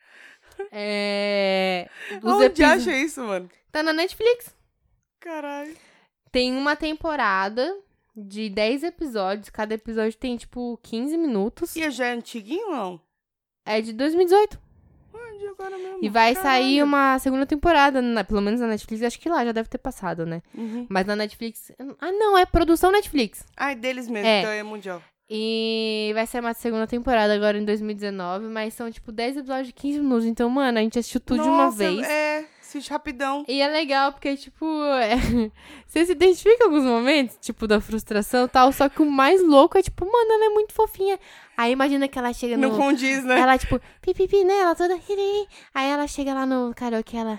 É... Os Onde episódios- acha isso, mano? Tá na Netflix. Caralho. Tem uma temporada de dez episódios. Cada episódio tem, tipo, quinze minutos. E já é antiguinho, não? É de dois mil e dezoito. Ah, de agora mesmo. E vai Caralho. sair uma segunda temporada, na- pelo menos na Netflix. Acho que lá já deve ter passado, né? Uhum. Mas na Netflix... Ah, não, é produção Netflix. Ah, é deles mesmo, É. então é mundial. E vai sair uma segunda temporada agora em dois mil e dezenove. Mas são, tipo, dez episódios de quinze minutos. Então, mano, a gente assistiu tudo de uma Nossa, vez. É, assiste rapidão. E é legal porque, tipo, é... você se identifica em alguns momentos, tipo, da frustração e tal. Só que o mais louco é, tipo, mano, ela é muito fofinha. Aí imagina que ela chega no... Não condiz, né? Ela, tipo, pipipi, né? Ela toda... Aí ela chega lá no karaokê, ela...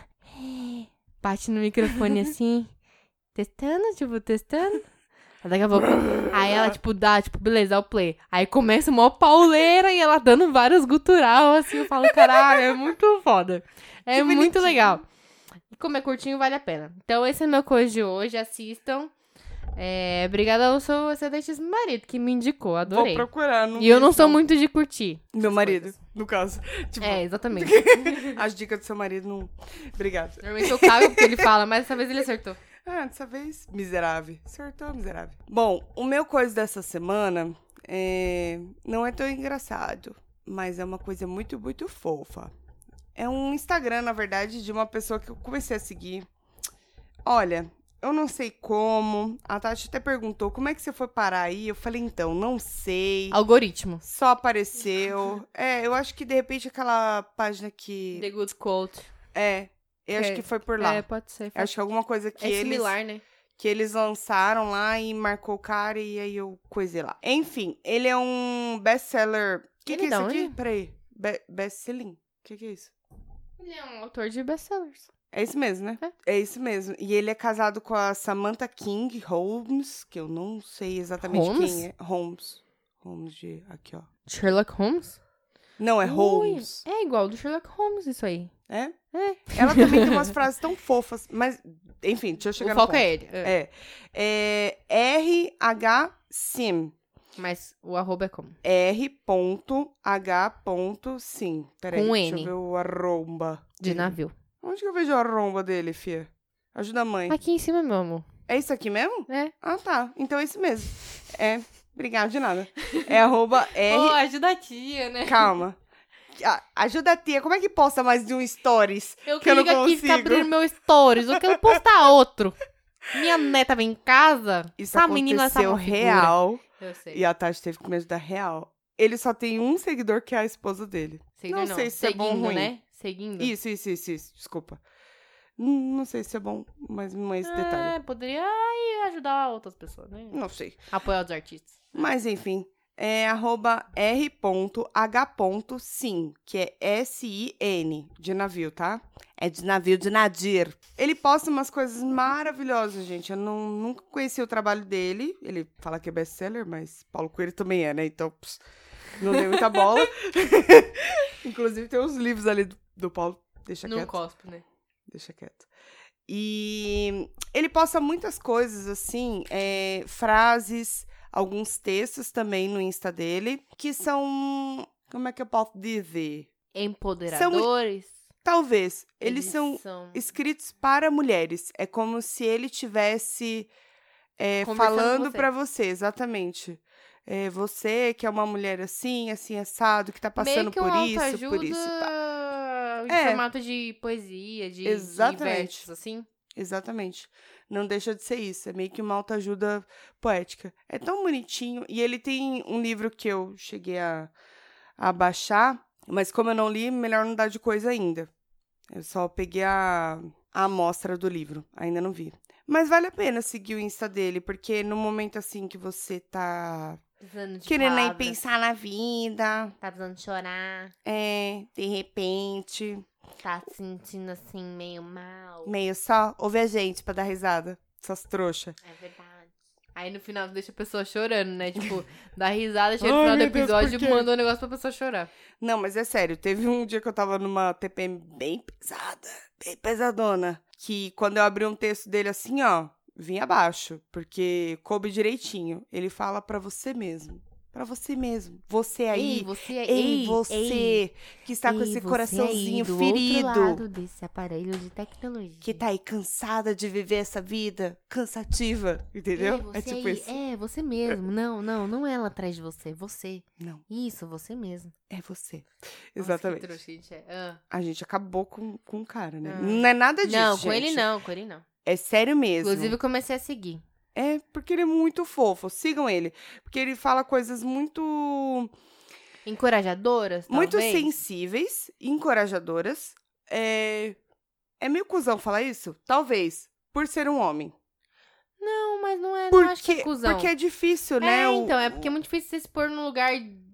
Bate no microfone assim, testando, tipo, testando. Aí daqui a pouco... Aí ela, tipo, dá, tipo, beleza, dá o play. Aí começa uma pauleira e ela dando vários gutural, assim. Eu falo, caralho, é muito foda. É Que muito bonitinho. legal. E como é curtinho, vale a pena. Então, esse é meu coisa de hoje. Assistam. É, obrigada ao seu excelentíssimo marido, que me indicou. Adorei. Vou procurar. Não E eu vi não isso, sou muito de curtir. Meu essas marido, coisas. no caso. Tipo, É, exatamente. as dicas do seu marido não... Obrigada. Normalmente eu cago porque ele fala, mas dessa vez ele acertou. Ah, dessa vez, miserável. Acertou, miserável. Bom, o meu coisa dessa semana é... não é tão engraçado, mas é uma coisa muito, muito fofa. É um Instagram, na verdade, de uma pessoa que eu comecei a seguir. Olha, eu não sei como. A Tati até perguntou, como é que você foi parar aí? Eu falei, então, não sei. Algoritmo. Só apareceu. É, eu acho que, de repente, aquela página que... The Good Quote. É, eu acho É, que foi por lá. É, pode ser. Eu acho que alguma coisa que é eles... similar, né? que eles lançaram lá e marcou o cara e aí eu coisei lá. Enfim, ele é um best-seller... O que, Ele que é da isso aqui? onde? Peraí. Be best-selling? O que, que é isso? Ele é um autor de best-sellers. É isso mesmo, né? É. é isso mesmo. E ele é casado com a Samantha King Holmes, que eu não sei exatamente Holmes? quem é. Holmes. Holmes de... Aqui, ó. Sherlock Holmes? Não, é Ui, Holmes. É igual do Sherlock Holmes, isso aí. É? É. Ela também tem umas frases tão fofas, mas... Enfim, deixa eu chegar O no foco ponto. é ele. É. É. É R H Sim. Mas o arroba é como? R H Sim. Peraí, Com deixa N. eu ver o arromba. De dele. navio. Onde que eu vejo o arromba dele, fia? Ajuda a mãe. Aqui em cima, meu amor. É isso aqui mesmo? É. Ah, tá. Então é isso mesmo. É. Obrigada de nada. É arroba R... Pô, ajuda a tia, né? Calma. A- Ajuda a tia. Como é que posta mais de um stories? Eu que eu não clico aqui e fica consigo. abrindo meu stories. Eu quero postar outro. Minha neta vem em casa. Isso essa menina essa aconteceu uma figura. real. Eu sei. E a Tati teve que me ajudar real. Ele só tem um seguidor que é a esposa dele. Seguidor não sei se é Seguindo, bom ou ruim. né? Seguindo. Isso, isso, isso, isso. Desculpa. Não, não sei se é bom, mas não é esse detalhe. É, poderia ir ajudar outras pessoas, né? Não sei. Apoiar os artistas. Mas, enfim, é arroba R H Sim, que é S I N, de navio, tá? É de navio de Nadir. Ele posta umas coisas maravilhosas, gente. Eu não, nunca conheci o trabalho dele. Ele fala que é best-seller, mas Paulo Coelho também é, né? Então, pss, não dei muita bola. Inclusive, tem uns livros ali do, do Paulo. Deixa Não quieto. cospe, né? Deixa quieto. E ele posta muitas coisas, assim, é, frases, alguns textos também no Insta dele, que são, como é que eu posso dizer? Empoderadores. Talvez. Eles, são, escritos para mulheres. É como se ele tivesse é, Conversando com falando você. pra você, exatamente. É, você que é uma mulher assim, assim, assado, que tá passando Meio que por uma isso, autoajuda por isso. Tá. em É. formato de poesia, de, de Exatamente. versos, assim. Exatamente. Não deixa de ser isso. É meio que uma autoajuda poética. É tão bonitinho. E ele tem um livro que eu cheguei a, a baixar, mas como eu não li, melhor não dar de coisa ainda. Eu só peguei a, a amostra do livro, ainda não vi. Mas vale a pena seguir o Insta dele, porque no momento assim que você tá Precisando de querendo aí palavras. pensar na vida, Tá precisando chorar. é, de repente, Tá se sentindo assim, meio mal. meio só, ouve a gente pra dar risada, essas trouxas. É verdade. Aí no final deixa a pessoa chorando, né? Tipo, dá risada, chega no Ai, final do meu Deus, episódio por e quê? manda um negócio pra pessoa chorar. Não, mas é sério, teve um dia que eu tava numa T P M bem pesada, bem pesadona, que quando eu abri um texto dele assim, ó, vinha abaixo, porque coube direitinho. Ele fala pra você mesmo, pra você mesmo, você aí, Ei, você aí. ei, você ei, que está com ei, esse você coraçãozinho aí, do ferido, outro lado desse aparelho de tecnologia. que tá aí cansada de viver essa vida cansativa, entendeu? Ei, você É tipo aí. isso. É, você mesmo. Não, não, não é ela atrás de você. Você. Não, Isso, você mesmo. é você. Nossa, Exatamente. que trouxa, gente é. Ah. A gente acabou com, com o cara, né? Ah. Não é nada disso, Não, com gente. ele não, com ele não. É sério mesmo. Inclusive, eu comecei a seguir. É porque ele é muito fofo. Sigam ele. Porque ele fala coisas muito... Encorajadoras, Muito talvez? sensíveis, encorajadoras. É... É meio cuzão falar isso? Talvez. Por ser um homem. Não, mas não é, Porque, não acho que é cuzão. porque é difícil, né? É, o- então, é porque é muito difícil você se pôr num lugar...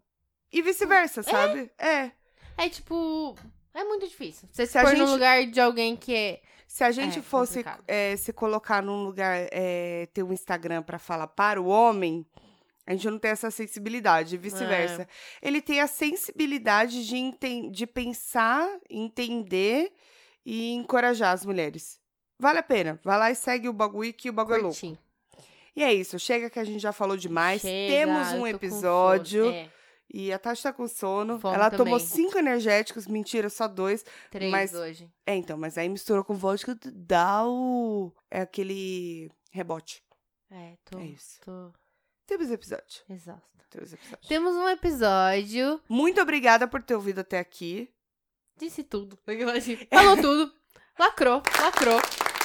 E vice-versa, sabe? É. É tipo... É muito difícil. Você se, Se a pôr gente- num lugar de alguém que é... Se a gente É, fosse complicado. é, se colocar num lugar, é, ter um Instagram pra falar para o homem, a gente não tem essa sensibilidade, vice-versa. Ele tem a sensibilidade de, enten- de pensar, entender e encorajar as mulheres. Vale a pena. Vai lá e segue o bagulho que o bagulho é louco. Curtir. E é isso. Chega que a gente já falou demais. Chega, Temos eu um tô com episódio. sono. É, E a Tati tá com sono. Fome Ela tomou também. cinco energéticos. Mentira, só dois. três Mas- hoje. É, então. Mas aí misturou com vodka, dá o... É aquele rebote. É, tô, É isso. tô Temos episódio. exausta. Temos episódio. Temos um episódio. Muito obrigada por ter ouvido até aqui. Disse tudo. Falou tudo. Lacrou, lacrou.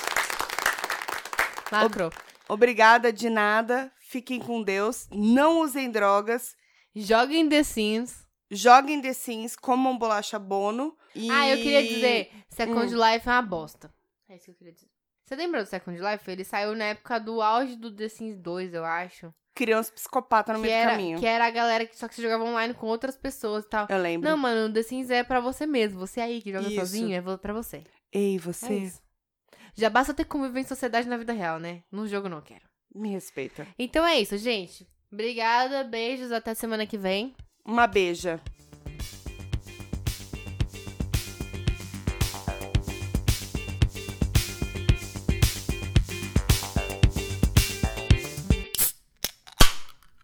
Lacrou. Obrigada de nada. Fiquem com Deus. Não usem drogas. Joguem The Sims. Joguem The Sims. Comam bolacha Bono. E... Ah, eu queria dizer, Second Hum. Life é uma bosta. É isso que eu queria dizer. Você lembra do Second Life? Ele saiu na época do auge do The Sims dois, eu acho. Criam uns psicopatas no Que meio era, do caminho. que era a galera que só que você jogava online com outras pessoas e tal. Eu lembro. Não, mano, o The Sims é pra você mesmo. Você aí que joga Isso. sozinho, é vo- pra você. Ei, É você isso. Já basta ter conviver em sociedade na vida real, né? No jogo não quero. me respeita. Então é isso, gente. Obrigada, beijos, até semana que vem. Uma beija.